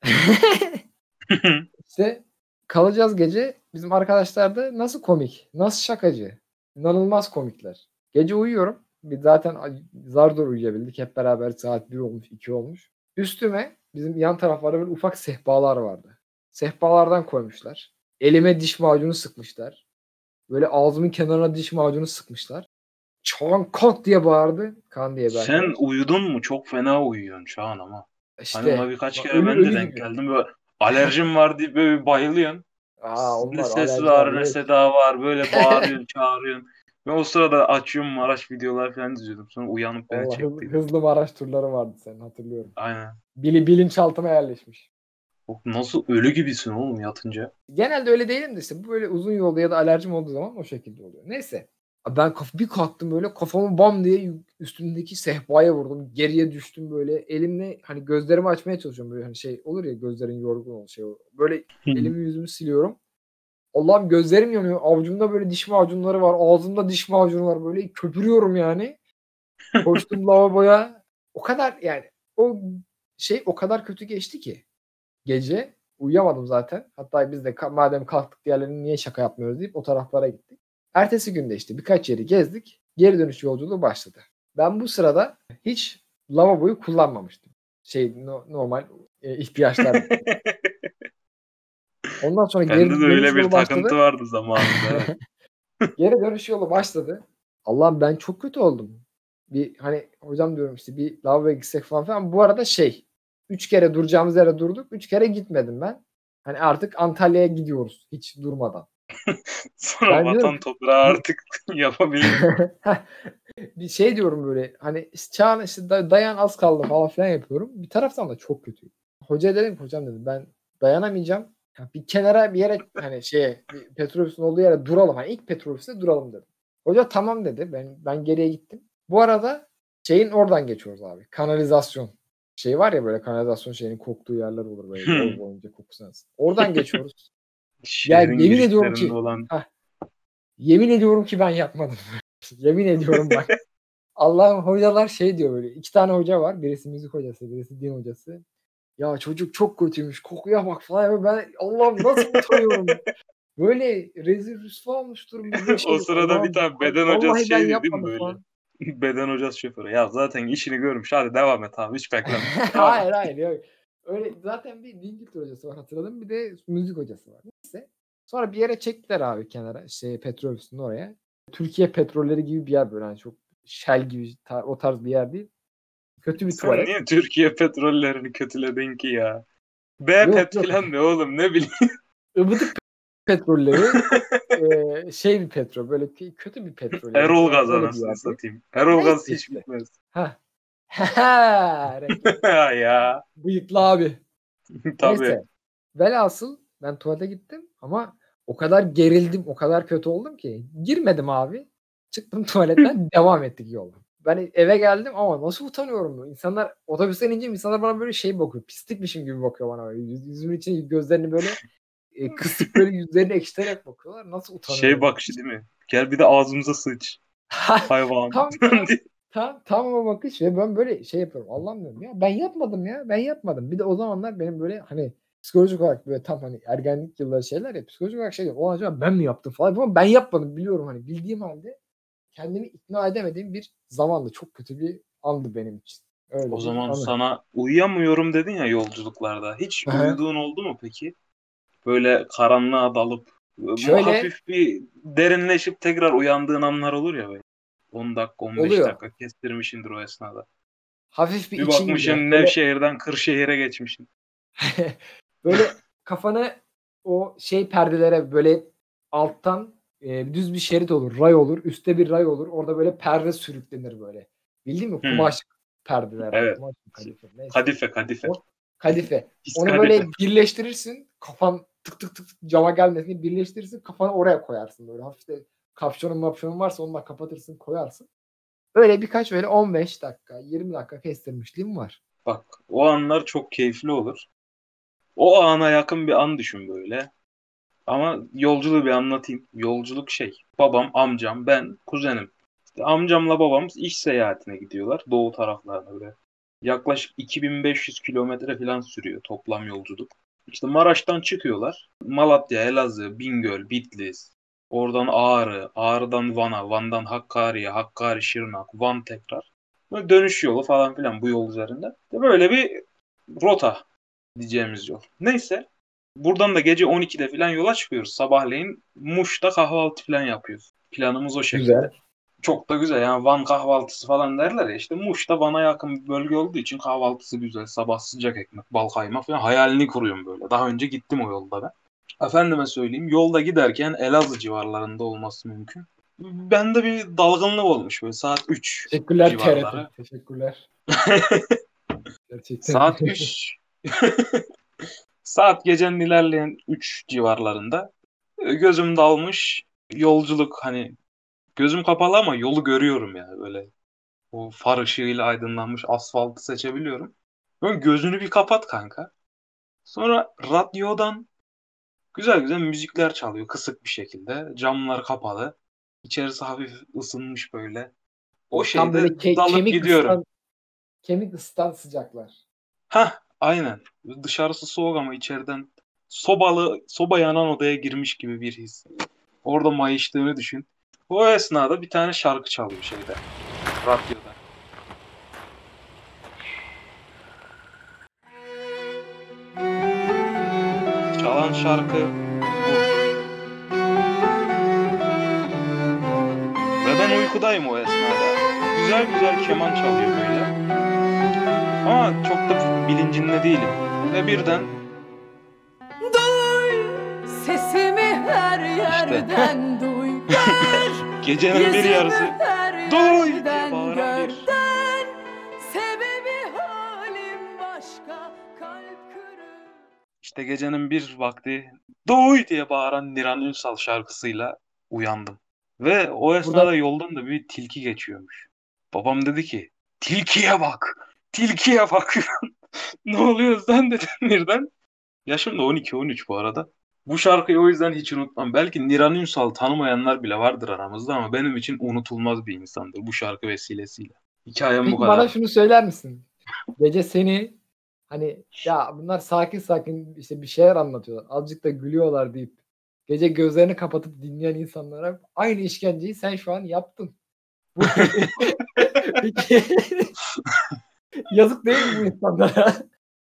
Speaker 3: İşte kalacağız gece. Bizim arkadaşlar da nasıl komik, nasıl şakacı. İnanılmaz komikler. Gece uyuyorum. Bir zaten zar zor uyuyabildik. Hep beraber saat bir olmuş, iki olmuş. Üstüme bizim yan taraflarda böyle ufak sehpalar vardı. Sehpalardan koymuşlar. Elime diş macunu sıkmışlar. Böyle ağzımın kenarına diş macunu sıkmışlar. Çağan kalk diye bağırdı. Kan diye bir
Speaker 2: Sen
Speaker 3: arkadaş.
Speaker 2: uyudun mu? Çok fena uyuyorsun Çağan ama. Hani ona
Speaker 3: İşte
Speaker 2: birkaç kere
Speaker 3: ölü
Speaker 2: ben de
Speaker 3: ölü
Speaker 2: denk
Speaker 3: gibi.
Speaker 2: geldim. Böyle alerjim var diye böyle bir bayılıyorsun.
Speaker 3: Aa
Speaker 2: Ne
Speaker 3: onlar
Speaker 2: ses
Speaker 3: alerji
Speaker 2: var
Speaker 3: abi
Speaker 2: ne
Speaker 3: yok.
Speaker 2: seda var. Böyle bağırıyorsun çağırıyorsun. Ben o sırada açıyorum Maraş videolar falan izliyordum. Sonra uyanıp beni
Speaker 3: Vallahi hız-
Speaker 2: çektiydi.
Speaker 3: hızlı Maraş turları vardı senin hatırlıyorum.
Speaker 2: Aynen.
Speaker 3: Bili bilinçaltıma yerleşmiş.
Speaker 2: Çok- Nasıl ölü gibisin oğlum yatınca.
Speaker 3: Genelde öyle değilim de işte bu böyle uzun yolda ya da alerjim olduğu zaman o şekilde oluyor. Neyse. Abi ben kaf- bir kalktım böyle kafamı bam diye yü- üstündeki sehpaya vurdum. Geriye düştüm böyle. Elimle hani gözlerimi açmaya çalışıyorum böyle hani şey olur ya gözlerin yorgun ol şey olur. Böyle elimi yüzümü siliyorum. Allah'ım gözlerim yanıyor. Avucumda böyle diş macunları var. Ağzımda diş macunu var. Böyle köpürüyorum yani. Koştum lavaboya. O kadar yani o şey o kadar kötü geçti ki. Gece uyuyamadım zaten. Hatta biz de ka- madem kalktık diğerlerinin niye şaka yapmıyoruz deyip o taraflara gittik. Ertesi günde işte birkaç yeri gezdik. Geri dönüş yolculuğu başladı. Ben bu sırada hiç lavaboyu kullanmamıştım. Şey no- normal e, ihtiyaçlar. Ondan sonra
Speaker 2: Bende
Speaker 3: geri
Speaker 2: de
Speaker 3: dönüş
Speaker 2: öyle bir
Speaker 3: yolu başladı.
Speaker 2: takıntı vardı zamanında. Evet.
Speaker 3: Geri dönüş yolu başladı. Allah'ım ben çok kötü oldum. Bir hani hocam diyorum işte bir lavaboya gitsek falan filan. Bu arada şey üç kere duracağımız yere durduk. Üç kere gitmedim ben. Hani artık Antalya'ya gidiyoruz hiç durmadan.
Speaker 2: Sonra
Speaker 3: Ben
Speaker 2: vatan
Speaker 3: diyorum
Speaker 2: toprağı artık yapabilir.
Speaker 3: bir şey diyorum böyle hani Çağan işte da- dayan az kaldı falan filan yapıyorum. Bir taraftan da çok kötü. Hocaya dedim ki hocam dedim ben dayanamayacağım. Ya bir kenara bir yere hani şeye bir petrobüsün olduğu yere duralım. Hani ilk petrobüste duralım dedim. Hoca tamam dedi. Ben ben geriye gittim. Bu arada şeyin oradan geçiyoruz abi. Kanalizasyon. Şey var ya böyle kanalizasyon şeyinin koktuğu yerler olur böyle yol boyunca kokusu. Oradan geçiyoruz. Ya
Speaker 2: Şehrin
Speaker 3: yemin ediyorum
Speaker 2: girişlerinde
Speaker 3: ki
Speaker 2: olan
Speaker 3: heh, yemin ediyorum ki ben yapmadım. Yemin ediyorum bak. Allah'ım hocalar şey diyor böyle. İki tane hoca var. Birisi müzik hocası, birisi din hocası. Ya çocuk çok kötüymüş. Kokuya bak falan. Ben Allah'ım nasıl utanıyorum. Böyle rezil rüsva olmuş durumda. Böyle şey
Speaker 2: o
Speaker 3: yok.
Speaker 2: sırada bir
Speaker 3: Allah'ım
Speaker 2: tane beden hocası
Speaker 3: vallahi ben
Speaker 2: şey dedi değil mi
Speaker 3: yapmadım
Speaker 2: böyle?
Speaker 3: falan.
Speaker 2: Beden hocası şoförü. Ya zaten işini görmüş. Hadi devam et abi. Hiç bekleme. Devam et.
Speaker 3: Hayır hayır. Yok. Öyle zaten bir din kültürü hocası var hatırladım. Bir de müzik hocası var. Neyse. Sonra bir yere çektiler abi kenara. Şey petrol üstünde oraya. Türkiye petrolleri gibi bir yer böyle. Yani çok Shell gibi tar- o tarz bir yer değil. Kötü bir
Speaker 2: Sen
Speaker 3: tuvalet.
Speaker 2: niye Türkiye petrollerini kötüledin ki ya? B
Speaker 3: Yok
Speaker 2: pet
Speaker 3: yok.
Speaker 2: filan ne oğlum ne bileyim.
Speaker 3: Ilıdık petrolleri eee, şey bir petrol böyle kö- kötü bir petrol yani
Speaker 2: Erol
Speaker 3: falan
Speaker 2: Gaz
Speaker 3: öyle bir
Speaker 2: anasını
Speaker 3: yerdi.
Speaker 2: satayım. Erol
Speaker 3: Neyse
Speaker 2: Gaz hiç
Speaker 3: işte.
Speaker 2: bitmez.
Speaker 3: Ha. Reklam.
Speaker 2: ya
Speaker 3: Bıyıklı abi.
Speaker 2: tabii.
Speaker 3: Neyse. Velhasıl ben tuvalete gittim ama o kadar gerildim, o kadar kötü oldum ki girmedim abi. Çıktım tuvaletten devam ettik yola. Ben eve geldim ama nasıl utanıyorum. İnsanlar otobüsten ince insanlar bana böyle şey bakıyor. Pislikmişim gibi bakıyor bana böyle. Yüz, yüzümün içine gözlerini böyle e, kısık böyle yüzlerini ekşiterek bakıyorlar. Nasıl
Speaker 2: Şey
Speaker 3: utanıyorum.
Speaker 2: bakışı değil mi? Gel bir de ağzımıza sıç. Hayvan.
Speaker 3: Tam tam tam tam o bakış ve ben böyle şey yapıyorum. Allah'ım diyorum ya ben yapmadım ya. Ben yapmadım. Bir de o zamanlar benim böyle hani psikolojik olarak böyle tam hani ergenlik yılları şeyler ya psikolojik olarak şey diyorum. O acaba ben mi yaptım falan ama ben yapmadım biliyorum hani bildiğim halde kendimi ikna edemediğim bir zamandı. Çok kötü bir andı benim için.
Speaker 2: O
Speaker 3: Öyle bir
Speaker 2: zaman
Speaker 3: anı.
Speaker 2: sana uyuyamıyorum dedin ya yolculuklarda. Hiç
Speaker 3: Aha.
Speaker 2: uyuduğun oldu mu peki? Böyle karanlığa dalıp mu-
Speaker 3: Şöyle
Speaker 2: hafif bir derinleşip tekrar uyandığın anlar olur ya böyle. on dakika on beş
Speaker 3: oluyor.
Speaker 2: dakika kestirmişindir o esnada.
Speaker 3: Hafif bir
Speaker 2: Bir
Speaker 3: için gidiyor.
Speaker 2: bakmışsın
Speaker 3: Böyle
Speaker 2: Nevşehir'den Kırşehir'e geçmişsin.
Speaker 3: böyle kafanı o şey perdelere böyle alttan e, düz bir şerit olur, ray olur, üstte bir ray olur. Orada böyle perde sürüklenir böyle. Bildin mi?
Speaker 2: Hmm,
Speaker 3: Kumaş perdeler,
Speaker 2: evet.
Speaker 3: kumaş mı, kadife neyse.
Speaker 2: Kadife kadife.
Speaker 3: O kadife.
Speaker 2: Pis
Speaker 3: Onu
Speaker 2: kadife.
Speaker 3: böyle birleştirirsin. Kafan tık tık tık tık cama gelmesin diye birleştirirsin. Kafanı oraya koyarsın böyle. Hafif de kapşonun mapşonun varsa onu da kapatırsın, koyarsın. Öyle birkaç böyle on beş dakika, yirmi dakika kestirmişliğim var.
Speaker 2: Bak o anlar çok keyifli olur. O ana yakın bir an düşün böyle. Ama yolculuğu bir anlatayım. Yolculuk şey. Babam, amcam, ben, kuzenim. İşte amcamla babamız iş seyahatine gidiyorlar. Doğu taraflarına böyle. Yaklaşık iki bin beş yüz kilometre falan sürüyor toplam yolculuk. İşte Maraş'tan çıkıyorlar. Malatya, Elazığ, Bingöl, Bitlis. Oradan Ağrı, Ağrı'dan Van'a, Van'dan Hakkari'ye, Hakkari, Şırnak, Van tekrar. Böyle dönüş yolu falan filan bu yol üzerinde. Böyle bir rota diyeceğimiz yol. Neyse. Buradan da gece on ikide falan yola çıkıyoruz. Sabahleyin Muş'ta kahvaltı falan yapıyoruz. Planımız o şekilde.
Speaker 3: Güzel.
Speaker 2: Çok da güzel yani Van kahvaltısı falan derler ya işte Muş'ta Van'a yakın bir bölge olduğu için kahvaltısı güzel. Sabah sıcak ekmek, bal kaymak falan hayalini kuruyorum böyle. Daha önce gittim o yolda ben. Efendime söyleyeyim yolda giderken Elazığ civarlarında olması mümkün. Bende bir dalgınlık olmuş böyle saat üç
Speaker 3: Teşekkürler T R T.
Speaker 2: civarları.
Speaker 3: Teşekkürler. Gerçekten.
Speaker 2: Saat üç saat gecenin ilerleyen üç civarlarında e, gözüm dalmış yolculuk hani gözüm kapalı ama yolu görüyorum yani böyle o far ışığıyla aydınlanmış asfaltı seçebiliyorum. Böyle gözünü bir kapat kanka. Sonra radyodan güzel güzel müzikler çalıyor kısık bir şekilde. Camlar kapalı. İçerisi hafif ısınmış böyle. O
Speaker 3: Tam böyle
Speaker 2: şeyde
Speaker 3: ke-
Speaker 2: dalıp
Speaker 3: kemik
Speaker 2: gidiyorum.
Speaker 3: ısıtan kemik ısıtan sıcaklar.
Speaker 2: Hah aynen. Dışarısı soğuk ama içeriden sobalı soba yanan odaya girmiş gibi bir his. Orada mayıştığını düşün. O esnada bir tane şarkı çalıyor şeyde. Radyoda. Çalan şarkı bu. Ve ben uykudayım o esnada. Güzel güzel keman çalıyor böyle. Ama çok da bilincinde değilim. Ve birden
Speaker 4: Duy sesimi her
Speaker 2: işte
Speaker 4: yerden duy gör.
Speaker 2: Gecenin bir yarısı
Speaker 4: Yüzümü
Speaker 2: duy diye
Speaker 4: yerden
Speaker 2: bağıran
Speaker 4: gör
Speaker 2: bir.
Speaker 4: dön. Sebebi halim başka, kalp kırık.
Speaker 2: İşte gecenin bir vakti duy diye bağıran Niran Ünsal şarkısıyla uyandım. Ve o esnada
Speaker 3: Burada
Speaker 2: yoldan da bir tilki geçiyormuş. Babam dedi ki tilkiye bak, tilkiye bak. Ne oluyor sen dedim birden. Yaşım da on iki on üç bu arada. Bu şarkıyı o yüzden hiç unutmam. Belki Niran Ünsal tanımayanlar bile vardır aramızda ama benim için unutulmaz bir insandır bu şarkı vesilesiyle. Hikayem bu
Speaker 3: peki bana
Speaker 2: kadar.
Speaker 3: şunu söyler misin? Gece seni hani ya bunlar sakin sakin işte bir şeyler anlatıyorlar. Azıcık da gülüyorlar deyip gece gözlerini kapatıp dinleyen insanlara aynı işkenceyi sen şu an yaptın. Bu peki yazık değil mi bu insanlara?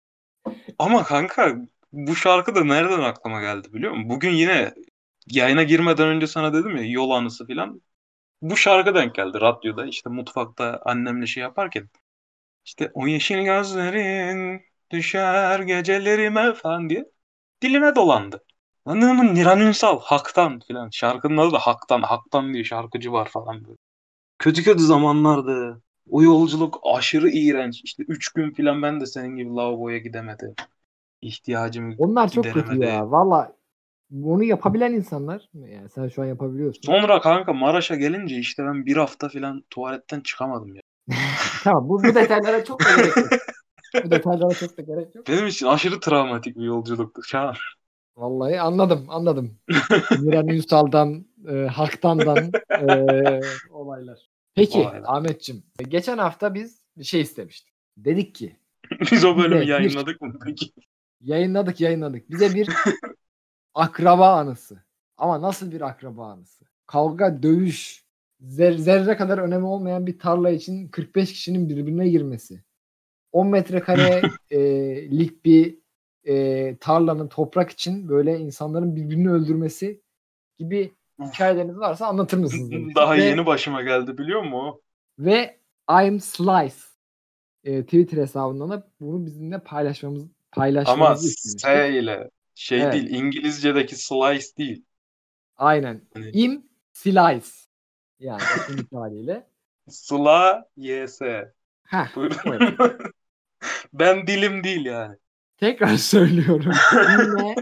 Speaker 2: Ama kanka bu şarkı da nereden aklıma geldi biliyor musun? Bugün yine yayına girmeden önce sana dedim ya yol anısı falan. Bu şarkı denk geldi radyoda işte mutfakta annemle şey yaparken. İşte o yeşil gözlerin düşer gecelerime falan diye dilime dolandı. Anladın Niran Ünsal Hak'tan filan. Şarkının adı da Hak'tan. Hak'tan diye şarkıcı var falan böyle. Kötü kötü zamanlardı. O yolculuk aşırı iğrenç. İşte üç gün filan ben de senin gibi lavaboya gidemedim. İhtiyacımı
Speaker 3: Onlar çok kötü
Speaker 2: gideremedim.
Speaker 3: ya. Valla bunu yapabilen insanlar yani sen şu an yapabiliyorsun.
Speaker 2: Sonra kanka Maraş'a gelince işte ben bir hafta filan tuvaletten çıkamadım ya.
Speaker 3: Tamam bu, bu detaylara çok da gerek yok. Bu detaylara çok da gerek yok.
Speaker 2: Benim için aşırı travmatik bir yolculuktu şu an.
Speaker 3: Vallahi anladım anladım. Miran Ünsal'dan, e, Hak'tan'dan e, olaylar. Peki
Speaker 2: Olaylar.
Speaker 3: Ahmetciğim. Geçen hafta biz bir şey istemiştik. Dedik ki
Speaker 2: Biz o bölümü
Speaker 3: bize bir
Speaker 2: yayınladık mı peki?
Speaker 3: yayınladık yayınladık. Bize bir akraba anısı. Ama nasıl bir akraba anısı? Kavga, dövüş, zer- zerre kadar önemi olmayan bir tarla için kırk beş kişinin birbirine girmesi. on metrekarelik bir e, tarlanın toprak için böyle insanların birbirini öldürmesi gibi hikayeleriniz varsa anlatır mısınız demiştik.
Speaker 2: Daha
Speaker 3: ve,
Speaker 2: yeni başıma geldi biliyor musun o?
Speaker 3: ve I'm Slice e, Twitter hesabından da bunu bizimle paylaşmamız
Speaker 2: Ama
Speaker 3: paylaşmamızı istemiştik.
Speaker 2: S ile şey
Speaker 3: Evet.
Speaker 2: değil İngilizce'deki slice değil.
Speaker 3: Aynen.
Speaker 2: Hani
Speaker 3: Im Slice. Yani okunmuş haliyle.
Speaker 2: Sıla Y S.
Speaker 3: Heh,
Speaker 2: Buyurun.
Speaker 3: evet.
Speaker 2: Ben dilim değil yani.
Speaker 3: Tekrar söylüyorum. İme,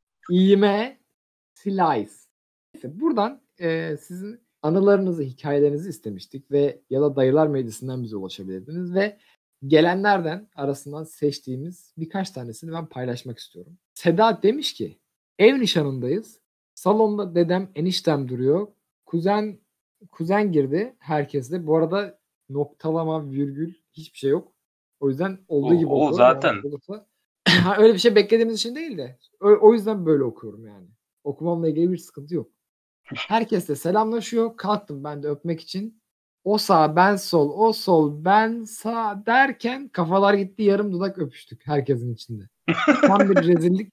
Speaker 3: ime, slice. Neyse, buradan e, sizin anılarınızı, hikayelerinizi istemiştik ve ya da Dayılar Meclisi'nden bize ulaşabilirdiniz ve gelenlerden arasından seçtiğimiz birkaç tanesini ben paylaşmak istiyorum. Seda demiş ki ev nişanındayız. Salonda dedem eniştem duruyor. Kuzen kuzen girdi herkesle. Bu arada noktalama, virgül hiçbir şey yok. O yüzden olduğu
Speaker 2: O,
Speaker 3: gibi
Speaker 2: o
Speaker 3: okuyorum.
Speaker 2: zaten.
Speaker 3: Yanlış olursa- Ha, öyle bir şey beklediğimiz için değil de o, o yüzden böyle okuyorum yani. Okumamla ilgili bir sıkıntı yok. Herkes de selamlaşıyor. Kalktım ben de öpmek için. O sağ ben sol, o sol ben sağ derken kafalar gitti yarım dudak öpüştük herkesin içinde. Tam bir rezillik.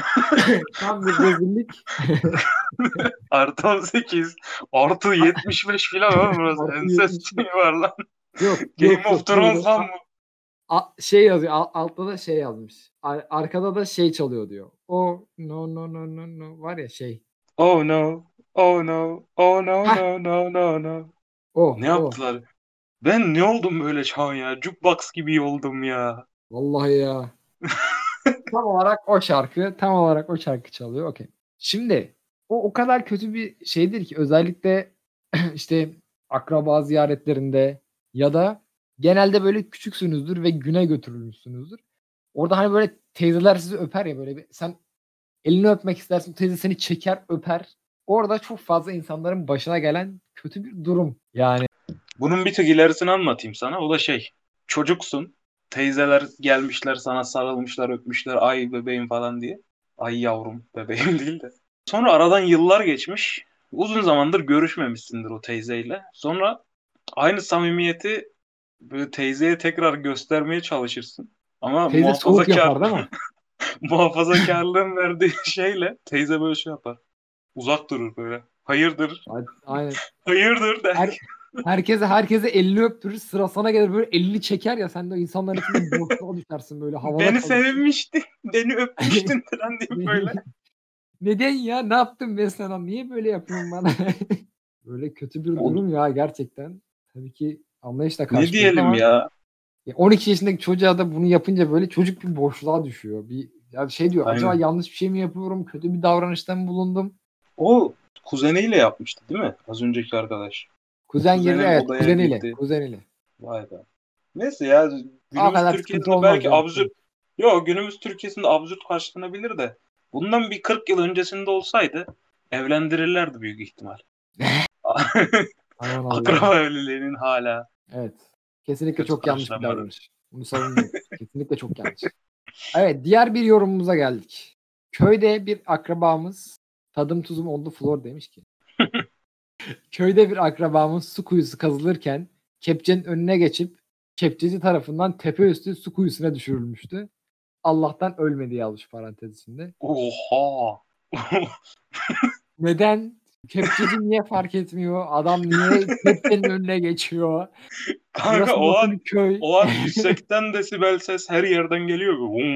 Speaker 3: Tam bir rezillik.
Speaker 2: Artı on sekiz. Artı yetmiş beş filan oğlum burası.
Speaker 3: Artı
Speaker 2: Ensest
Speaker 3: yetmiş beş.
Speaker 2: var lan.
Speaker 3: Yok
Speaker 2: Game
Speaker 3: yok
Speaker 2: of
Speaker 3: yok.
Speaker 2: Thrones
Speaker 3: Böyle
Speaker 2: lan bu.
Speaker 3: a- şey yazıyor. al- altta da şey yazmış. Ar- arkada da şey çalıyor diyor. O no no no no no var ya şey.
Speaker 2: Oh no. Oh no. Oh no
Speaker 3: Heh.
Speaker 2: no no no no.
Speaker 3: O
Speaker 2: Ne
Speaker 3: o.
Speaker 2: yaptılar? Ben ne oldum böyle şu an ya? Jukebox gibi oldum ya.
Speaker 3: Vallahi ya. Tam olarak o şarkı, tam olarak o şarkı çalıyor. Okey. Şimdi o o kadar kötü bir şeydir ki özellikle işte akraba ziyaretlerinde ya da genelde böyle küçüksünüzdür ve güne götürülmüşsünüzdür. Orada hani böyle teyzeler sizi öper ya böyle bir, sen elini öpmek istersin, teyze seni çeker öper. Orada çok fazla insanların başına gelen kötü bir durum. Yani
Speaker 2: Bunun bir tık ilerisini anlatayım sana. O da şey. Çocuksun. Teyzeler gelmişler sana sarılmışlar öpmüşler. Ay bebeğim falan diye. Ay yavrum bebeğim değil de. Sonra aradan yıllar geçmiş. Uzun zamandır görüşmemişsindir o teyzeyle. Sonra aynı samimiyeti böyle teyzeye tekrar göstermeye çalışırsın. Ama
Speaker 3: teyze soğuk
Speaker 2: muhafazakar,
Speaker 3: yapar değil mi?
Speaker 2: muhafazakarlığın verdiği şeyle teyze böyle şey yapar. Uzak durur böyle. Hayırdır?
Speaker 3: Aynen.
Speaker 2: Hayırdır der.
Speaker 3: Her, herkese herkese elini öptürür. Sıra sana gelir böyle elini çeker ya sen de insanların içinde boşluğa düşersin böyle havada
Speaker 2: Beni
Speaker 3: kalırsın.
Speaker 2: sevmişti. Beni öpmüştün falan diye böyle.
Speaker 3: Neden ya? Ne yaptım ben sana? Niye böyle yapıyorsun bana? Böyle kötü bir
Speaker 2: O-
Speaker 3: durum ya gerçekten. Tabii ki anlayışla
Speaker 2: Ne
Speaker 3: karşılıyoruz
Speaker 2: diyelim
Speaker 3: ama
Speaker 2: ya?
Speaker 3: ya on iki yaşındaki çocuğa da bunu yapınca böyle çocuk bir boşluğa düşüyor. Bir ya şey diyor, acaba
Speaker 2: Aynen.
Speaker 3: yanlış bir şey mi yapıyorum? Kötü bir davranışta mı bulundum?
Speaker 2: O kuzeniyle yapmıştı değil mi? Az önceki arkadaş.
Speaker 3: Kuzen girdi,
Speaker 2: Kuzenin
Speaker 3: evet,
Speaker 2: odaya
Speaker 3: kuzeniyle.
Speaker 2: girdi.
Speaker 3: Kuzeniyle.
Speaker 2: Vay be. Neyse ya,
Speaker 3: O
Speaker 2: günümüz
Speaker 3: kadar sıkıntı
Speaker 2: Türkiye'sinde
Speaker 3: olmaz
Speaker 2: belki
Speaker 3: ya.
Speaker 2: absürt. Yok, günümüz Türkiye'sinde absürt karşılanabilir de bundan bir kırk yıl öncesinde olsaydı evlendirirlerdi büyük ihtimal.
Speaker 3: Aman Allah'ım.
Speaker 2: Akraba evliliğinin hala
Speaker 3: Evet. Kesinlikle
Speaker 2: kötü
Speaker 3: çok yanlış bir
Speaker 2: karşılanmaları.
Speaker 3: davranış. Bunu savunmuyorum. Kesinlikle çok yanlış. Evet, diğer bir yorumumuza geldik. Köyde bir akrabamız tadım tuzum oldu flor demiş ki. Köyde bir akrabamız su kuyusu kazılırken kepçenin önüne geçip kepçeci tarafından tepe üstü su kuyusuna düşürülmüştü. Allah'tan ölmedi yazmış parantez içinde.
Speaker 2: Oha.
Speaker 3: Neden? Kepçeci niye fark etmiyor? Adam niye kepçenin önüne geçiyor?
Speaker 2: Kanka
Speaker 3: Burası
Speaker 2: o
Speaker 3: nasıl
Speaker 2: an
Speaker 3: bir köy?
Speaker 2: o an yüksekten desibel ses her yerden geliyor.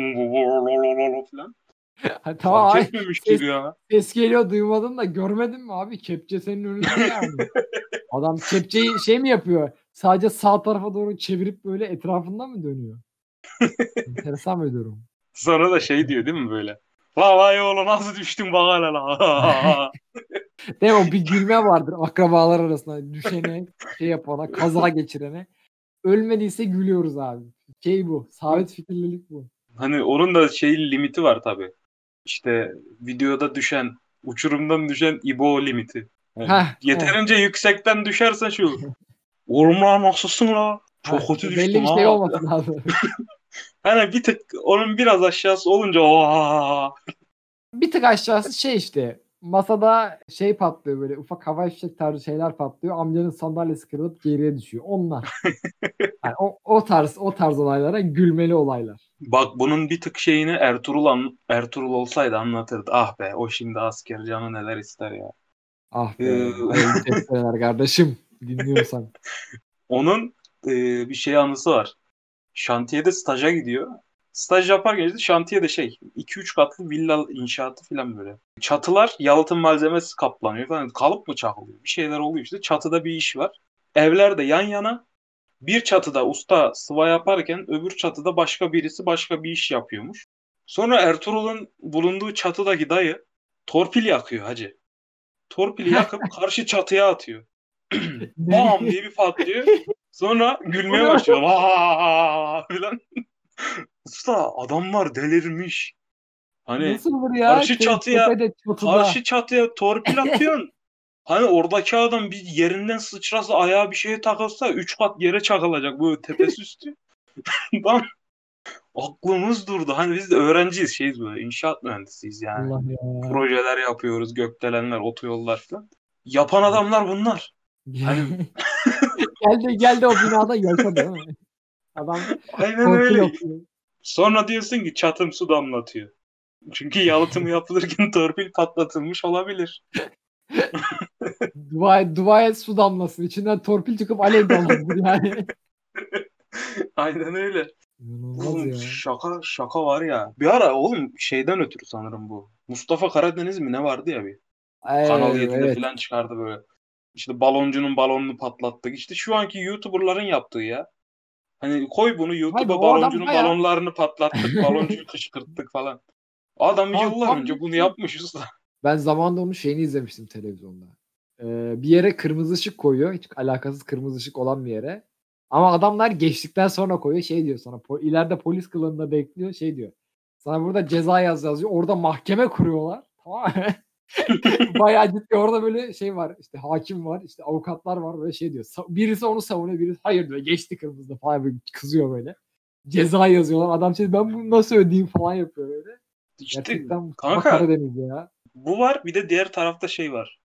Speaker 2: Falan.
Speaker 3: Ha, tamam
Speaker 2: Fark
Speaker 3: abi,
Speaker 2: etmemiş
Speaker 3: ses,
Speaker 2: gibi ya.
Speaker 3: ses geliyor duymadın da görmedin mi abi? Kepçe senin önünde yani. Adam kepçeyi şey mi yapıyor? Sadece sağ tarafa doğru çevirip böyle etrafından mı dönüyor? Enteresan bir durum.
Speaker 2: Sonra da şey diyor değil mi böyle? La vay oğlum nasıl düştün bak hele la.
Speaker 3: Değil mi? O bir gülme vardır akrabalar arasında. Düşene, şey yapana, kaza geçirene. Ölmediyse gülüyoruz abi. Şey bu. Sabit fikirlilik bu.
Speaker 2: Hani onun da şey limiti var tabii. İşte videoda düşen, uçurumdan düşen İbo limiti. Yani
Speaker 3: Heh, heh.
Speaker 2: yeterince yüksekten düşersen şu. Oğlum lan nasılsın la? Çok
Speaker 3: Heh,
Speaker 2: kötü
Speaker 3: belli
Speaker 2: düştüm
Speaker 3: bir şey
Speaker 2: ha.
Speaker 3: olması lazım.
Speaker 2: Hani bir tık onun biraz aşağısı olunca oha.
Speaker 3: Bir tık aşağısı şey işte. Masada şey patlıyor, böyle ufak havai fişek tarzı şeyler patlıyor. Amcanın sandalyesi kırılıp geriye düşüyor. Onlar. Yani o, o tarz o tarz olaylara gülmeli olaylar.
Speaker 2: Bak bunun bir tık şeyini Ertuğrul an, Ertuğrul olsaydı anlatırdı. Ah be o şimdi asker canı neler ister ya.
Speaker 3: Ah be.
Speaker 2: Ee,
Speaker 3: Hayırlı tepkiler kardeşim. Dinliyorsan.
Speaker 2: Onun e, bir şey anısı var. Şantiyede staja gidiyor. Staj yaparken işte şantiyede şey iki üç katlı villa inşaatı falan böyle. Çatılar yalıtım malzemesi kaplanıyor falan. Kalıp mı çakılıyor? Bir şeyler oluyor işte. Çatıda bir iş var. Evler de yan yana. Bir çatıda usta sıva yaparken öbür çatıda başka birisi başka bir iş yapıyormuş. Sonra Ertuğrul'un bulunduğu çatıdaki dayı torpil yakıyor hacı. Torpili yakıp karşı çatıya atıyor. Bam diye bir patlıyor. Sonra gülmeye başlıyor. Vaa falan. Usta adamlar delirmiş. Hani
Speaker 3: Nasıl olur ya?
Speaker 2: karşı
Speaker 3: Te-
Speaker 2: çatıya
Speaker 3: tepede, çatıda.
Speaker 2: karşı çatıya torpil atıyorsun. Hani oradaki adam bir yerinden sıçrasa ayağa bir şeye takılsa üç kat yere çakılacak böyle tepesi üstü. Lan aklımız durdu. Hani biz de öğrenciyiz şeyiz böyle inşaat mühendisiyiz yani.
Speaker 3: Allah ya.
Speaker 2: Projeler yapıyoruz gökdelenler otoyollar falan. Yapan adamlar bunlar. Hani
Speaker 3: geldi geldi o binada yaşadı değil mi? Adam
Speaker 2: aynen
Speaker 3: torpil
Speaker 2: öyle.
Speaker 3: atıyor.
Speaker 2: Sonra diyorsun ki çatım su damlatıyor. Çünkü yalıtımı yapılırken torpil patlatılmış olabilir.
Speaker 3: Dua, dua et su damlasın. İçinden torpil çıkıp alev damlasın yani.
Speaker 2: Aynen öyle.
Speaker 3: İnanılmaz
Speaker 2: Oğlum
Speaker 3: ya.
Speaker 2: şaka şaka var ya. Bir ara oğlum şeyden ötürü sanırım bu. Mustafa Karadeniz mi ne vardı ya bir. Kanal
Speaker 3: Ee,
Speaker 2: yedide
Speaker 3: evet.
Speaker 2: falan çıkardı böyle. İşte baloncunun balonunu patlattık. İşte şu anki YouTuber'ların yaptığı ya. Hani koy bunu
Speaker 3: Hayır,
Speaker 2: YouTube'a
Speaker 3: o adam
Speaker 2: baloncunun
Speaker 3: bayağı-
Speaker 2: balonlarını patlattık. Baloncuyu kışkırttık falan. Adam
Speaker 3: Tam-
Speaker 2: yıllar
Speaker 3: tam
Speaker 2: önce
Speaker 3: bir
Speaker 2: bunu
Speaker 3: şey.
Speaker 2: yapmış usta.
Speaker 3: Ben zamanında onun şeyini izlemiştim televizyonda. Ee, bir yere kırmızı ışık koyuyor. Hiç alakasız kırmızı ışık olan bir yere. Ama adamlar geçtikten sonra koyuyor. Şey diyor sana. Po- ileride polis kılığında bekliyor. Şey diyor. Sana burada ceza yaz yazıyor. Orada mahkeme kuruyorlar. Tamam mı? Bayağı ciddi. Orada böyle şey var. İşte hakim var. İşte avukatlar var. Böyle şey diyor. Sa- Birisi onu savunuyor. Birisi hayır diyor. Geçti kırmızıda falan. Böyle kızıyor böyle. Ceza yazıyorlar. Adam şey ben bunu nasıl ödeyeyim falan yapıyor böyle.
Speaker 2: İşte
Speaker 3: Gerçekten Mustafa
Speaker 2: kanka
Speaker 3: Karadeniz ya.
Speaker 2: bu var bir de diğer tarafta şey var.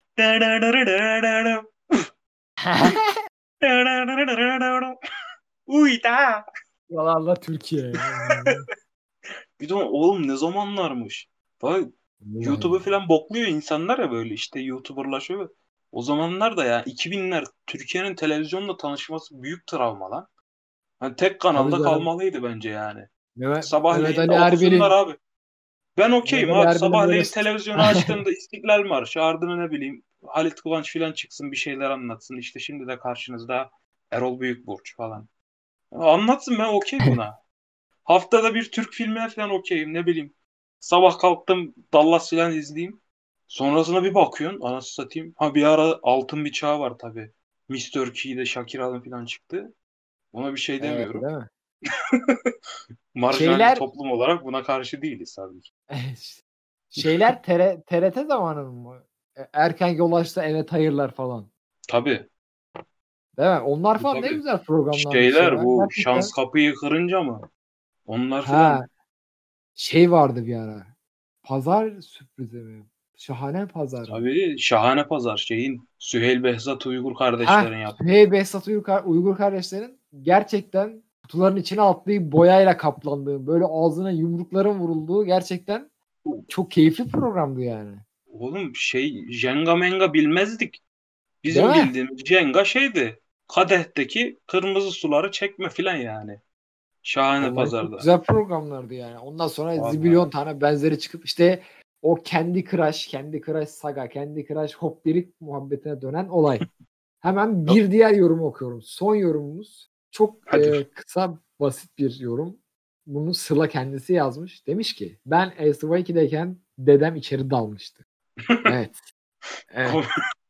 Speaker 2: Uyda.
Speaker 3: Yalanla Türkiye ya.
Speaker 2: Bir de oğlum ne zamanlarmış. Bak YouTube'u falan bokluyor insanlar ya böyle işte YouTuber'laşıyor. O zamanlar da ya iki binler Türkiye'nin televizyonla tanışması büyük travma lan. Hani tek kanalda
Speaker 3: Tabii canım.
Speaker 2: kalmalıydı bence yani.
Speaker 3: Mehmet, Mehmet
Speaker 2: Sabahleyin
Speaker 3: Ali
Speaker 2: de okusunlar
Speaker 3: Erbil'in
Speaker 2: abi. Ben okeyim
Speaker 3: Mehmet
Speaker 2: abi.
Speaker 3: Erbil'in
Speaker 2: Sabahleyin
Speaker 3: böyle
Speaker 2: televizyonu açtığımda İstiklal Marşı, ardına ne bileyim Halit Kıvanç filan çıksın bir şeyler anlatsın. İşte şimdi de karşınızda Erol Büyükburç falan. Anlatsın, ben okey buna. Haftada bir Türk filmine falan okeyim, ne bileyim. Sabah kalktım Dallas filan izleyeyim. Sonrasında bir bakıyorsun anasını satayım. Ha, bir ara Altın Bir Çağ var tabii. mister Key'de Shakira'nın filan çıktı. Ona bir şey
Speaker 3: Evet,
Speaker 2: demiyorum.
Speaker 3: değil mi?
Speaker 2: Marjinal bir
Speaker 3: Şeyler
Speaker 2: toplum olarak buna karşı değiliz tabii ki.
Speaker 3: şeyler T R T R T zamanı mı? E, Erken yol açsa evet hayırlar falan.
Speaker 2: Tabii.
Speaker 3: Değil mi? Onlar
Speaker 2: Tabii,
Speaker 3: falan ne
Speaker 2: tabii.
Speaker 3: güzel programlarmış
Speaker 2: Şeyler
Speaker 3: ya.
Speaker 2: bu
Speaker 3: Gerçekten.
Speaker 2: şans kapıyı kırınca mı? Onlar
Speaker 3: Ha,
Speaker 2: filan
Speaker 3: şey vardı bir ara. Pazar sürprizi mi? Şahane pazar mı?
Speaker 2: tabii şahane pazar şeyin Süheyl Behzat Uygur kardeşlerin
Speaker 3: Ha,
Speaker 2: yaptığı.
Speaker 3: Süheyl Behzat Uygur, Uygur kardeşlerin gerçekten kutuların içine atlayıp boyayla kaplandığı, böyle ağzına yumrukların vurulduğu gerçekten çok keyifli programdı yani.
Speaker 2: Oğlum şey Jenga menga bilmezdik.
Speaker 3: Değil
Speaker 2: Bizim
Speaker 3: mi?
Speaker 2: bildiğimiz Jenga şeydi. Kadehteki kırmızı suları çekme filan yani. Şahane
Speaker 3: Vallahi çok
Speaker 2: pazarda.
Speaker 3: güzel programlardı yani. Ondan sonra zibilyon
Speaker 2: Vallahi.
Speaker 3: tane benzeri çıkıp işte o Candy Crush, Candy Crush Saga, Candy Crush Hopdelik muhabbetine dönen olay. Hemen bir diğer yorum okuyorum. Son yorumumuz çok
Speaker 2: Hadi.
Speaker 3: e, kısa, basit bir yorum. Bunu Sıla kendisi yazmış. Demiş ki ben S Y ikideyken dedem içeri dalmıştı. Evet. Evet.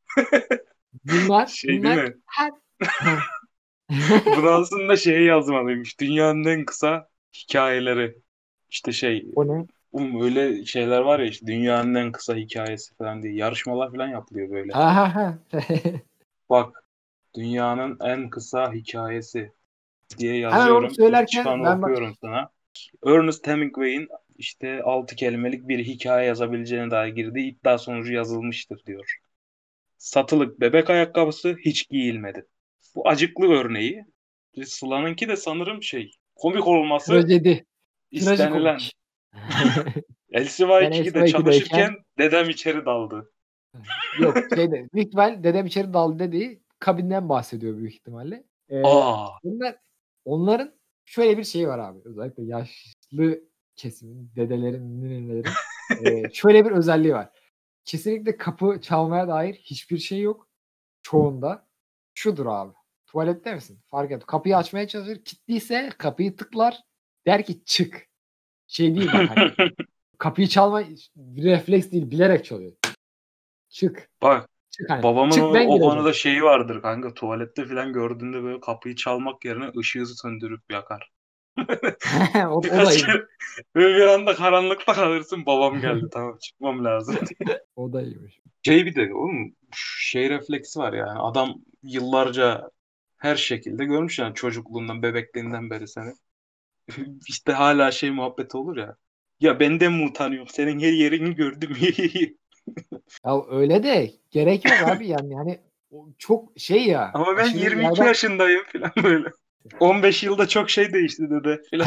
Speaker 3: Bunlar
Speaker 2: Şey değil
Speaker 3: bunlar
Speaker 2: mi?
Speaker 3: her Ha.
Speaker 2: Bunu aslında şeye yazmalıymış. Dünyanın en kısa hikayeleri. İşte şey
Speaker 3: O ne?
Speaker 2: um, öyle şeyler var ya, işte dünyanın en kısa hikayesi falan diye yarışmalar falan yapılıyor böyle.
Speaker 3: Ha ha ha.
Speaker 2: Bak, dünyanın en kısa hikayesi diye
Speaker 3: Hemen onu
Speaker 2: yazıyorum. İlk
Speaker 3: söylerken
Speaker 2: çıkanı
Speaker 3: ben bak
Speaker 2: okuyorum sana. Ernest Hemingway'in işte altı kelimelik bir hikaye yazabileceğine dair girdiği iddia sonucu yazılmıştır diyor. Satılık bebek ayakkabısı hiç giyilmedi. Bu acıklı örneği. Sıla'nınki de sanırım şey komik olması
Speaker 3: trajedi.
Speaker 2: istenilen.
Speaker 3: Trajikomik.
Speaker 2: L C Y
Speaker 3: Ben
Speaker 2: ikide
Speaker 3: S Y ikideyken
Speaker 2: çalışırken dedem içeri daldı.
Speaker 3: yok şeyde büyük ihtimal dedem içeri daldı dediği kabinden bahsediyor büyük ihtimalle. Ee,
Speaker 2: Aa,
Speaker 3: bunlar, onların şöyle bir şeyi var abi. Özellikle yaşlı kesimin, dedelerin, ninelerin e, şöyle bir özelliği var. Kesinlikle kapı çalmaya dair hiçbir şey yok. Çoğunda. Şudur abi. Tuvalette misin? Fark et. Kapıyı açmaya çalışır. Kilitliyse kapıyı tıklar. Der ki çık. Şey değil bak hani. Kapıyı çalma bir refleks değil. Bilerek çalıyor. Çık.
Speaker 2: bak,
Speaker 3: Çık hani.
Speaker 2: babamın o,
Speaker 3: Çık ben
Speaker 2: o
Speaker 3: gireceğim.
Speaker 2: konuda şeyi vardır kanka. Tuvalette falan gördüğünde böyle kapıyı çalmak yerine ışığı söndürüp yakar.
Speaker 3: o, o da
Speaker 2: Birkaç
Speaker 3: iyiymiş.
Speaker 2: kere böyle bir anda karanlıkta kalırsın. Babam geldi, tamam çıkmam lazım.
Speaker 3: O da iyiymiş.
Speaker 2: Şey bir de oğlum şey refleksi var yani. Adam yıllarca her şekilde görmüş yani, çocukluğundan, bebekliğinden beri seni. İşte hala şey muhabbeti olur ya. Ya benden mi utanıyorum? Senin her yerini gördüm.
Speaker 3: Ya öyle de gerek yok abi yani. Yani o çok şey ya.
Speaker 2: Ama ben
Speaker 3: Aşırı
Speaker 2: yirmi iki
Speaker 3: yerden
Speaker 2: yaşındayım falan böyle. on beş yılda çok şey değişti dede falan.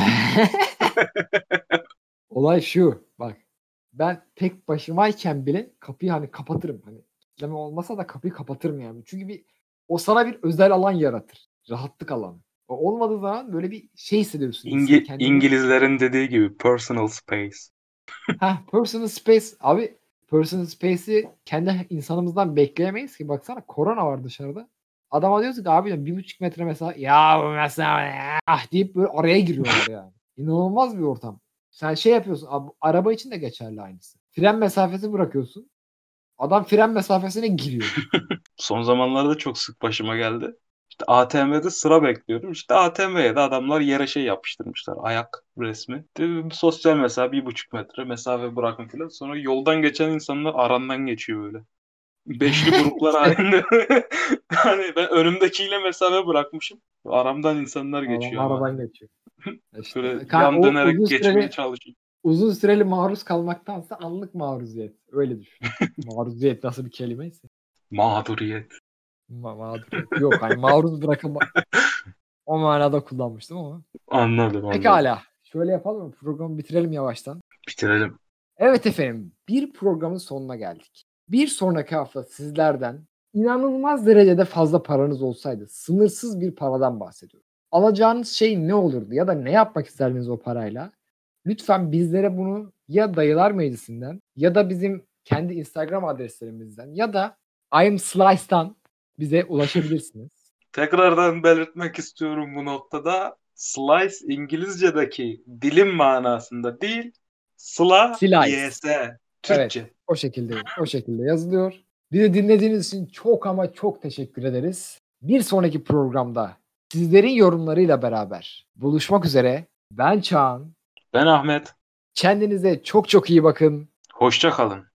Speaker 3: olay şu. Bak. Ben tek başımayken bile kapıyı hani kapatırım. Hani kitleme olmasa da kapıyı kapatırım yani. Çünkü bir o sana bir özel alan yaratır. Rahatlık alanı. O olmadığı zaman böyle bir şey hissediyorsun. İnsan
Speaker 2: İngi-
Speaker 3: kendini
Speaker 2: İngilizlerin dediği gibi personal space.
Speaker 3: ha personal space abi personal space'i kendi insanımızdan bekleyemeyiz ki. Baksana korona var dışarıda. Adama diyorsun ki abi bir buçuk metre mesafe ya bu mesafe ya ah deyip böyle araya giriyorlar yani. İnanılmaz bir ortam. Sen şey yapıyorsun abi, araba için de geçerli aynısı. Fren mesafesi bırakıyorsun. Adam fren mesafesine giriyor.
Speaker 2: Son zamanlarda çok sık başıma geldi. İşte A T M'de sıra bekliyorum. İşte A T M'ye de adamlar yere şey yapıştırmışlar. Ayak resmi. İşte bir sosyal mesafe bir buçuk metre mesafe bırakın falan. Sonra yoldan geçen insanlar arandan geçiyor böyle. Beşli gruplar halinde. Hani ben önümdekiyle mesafe bırakmışım. Aramdan insanlar
Speaker 3: Adam
Speaker 2: geçiyor ama.
Speaker 3: aradan geçiyor. İşte
Speaker 2: Böyle
Speaker 3: ka-
Speaker 2: yan
Speaker 3: o
Speaker 2: dönerek
Speaker 3: uzun
Speaker 2: geçmeye
Speaker 3: süreli
Speaker 2: çalışıyor.
Speaker 3: uzun süreli maruz kalmaktansa anlık maruziyet. Öyle düşün. Maruziyet nasıl bir kelimeyse.
Speaker 2: Mağduriyet.
Speaker 3: Ma- mağduriyet. Yok hani maruz bırakılma o manada kullanmıştım ama.
Speaker 2: Anladım, anladım.
Speaker 3: Pekala. Şöyle yapalım mı? Programı bitirelim yavaştan.
Speaker 2: Bitirelim.
Speaker 3: Evet efendim. Bir programın sonuna geldik. Bir sonraki hafta sizlerden inanılmaz derecede fazla paranız olsaydı sınırsız bir paradan bahsediyorum. Alacağınız şey ne olurdu ya da ne yapmak isterdiniz o parayla? Lütfen bizlere bunu ya Dayılar Meclisi'nden ya da bizim kendi Instagram adreslerimizden ya da I'm Slice'dan bize ulaşabilirsiniz.
Speaker 2: Tekrardan belirtmek istiyorum bu noktada. Slice İngilizce'deki dilim manasında değil, Sla
Speaker 3: Slice.
Speaker 2: Y S Türkçe.
Speaker 3: Evet, o şekilde o şekilde yazılıyor. Bizi dinlediğiniz için çok ama çok teşekkür ederiz. Bir sonraki programda sizlerin yorumlarıyla beraber buluşmak üzere. Ben Çağan.
Speaker 2: Ben Ahmet.
Speaker 3: Kendinize çok çok iyi bakın.
Speaker 2: Hoşça kalın.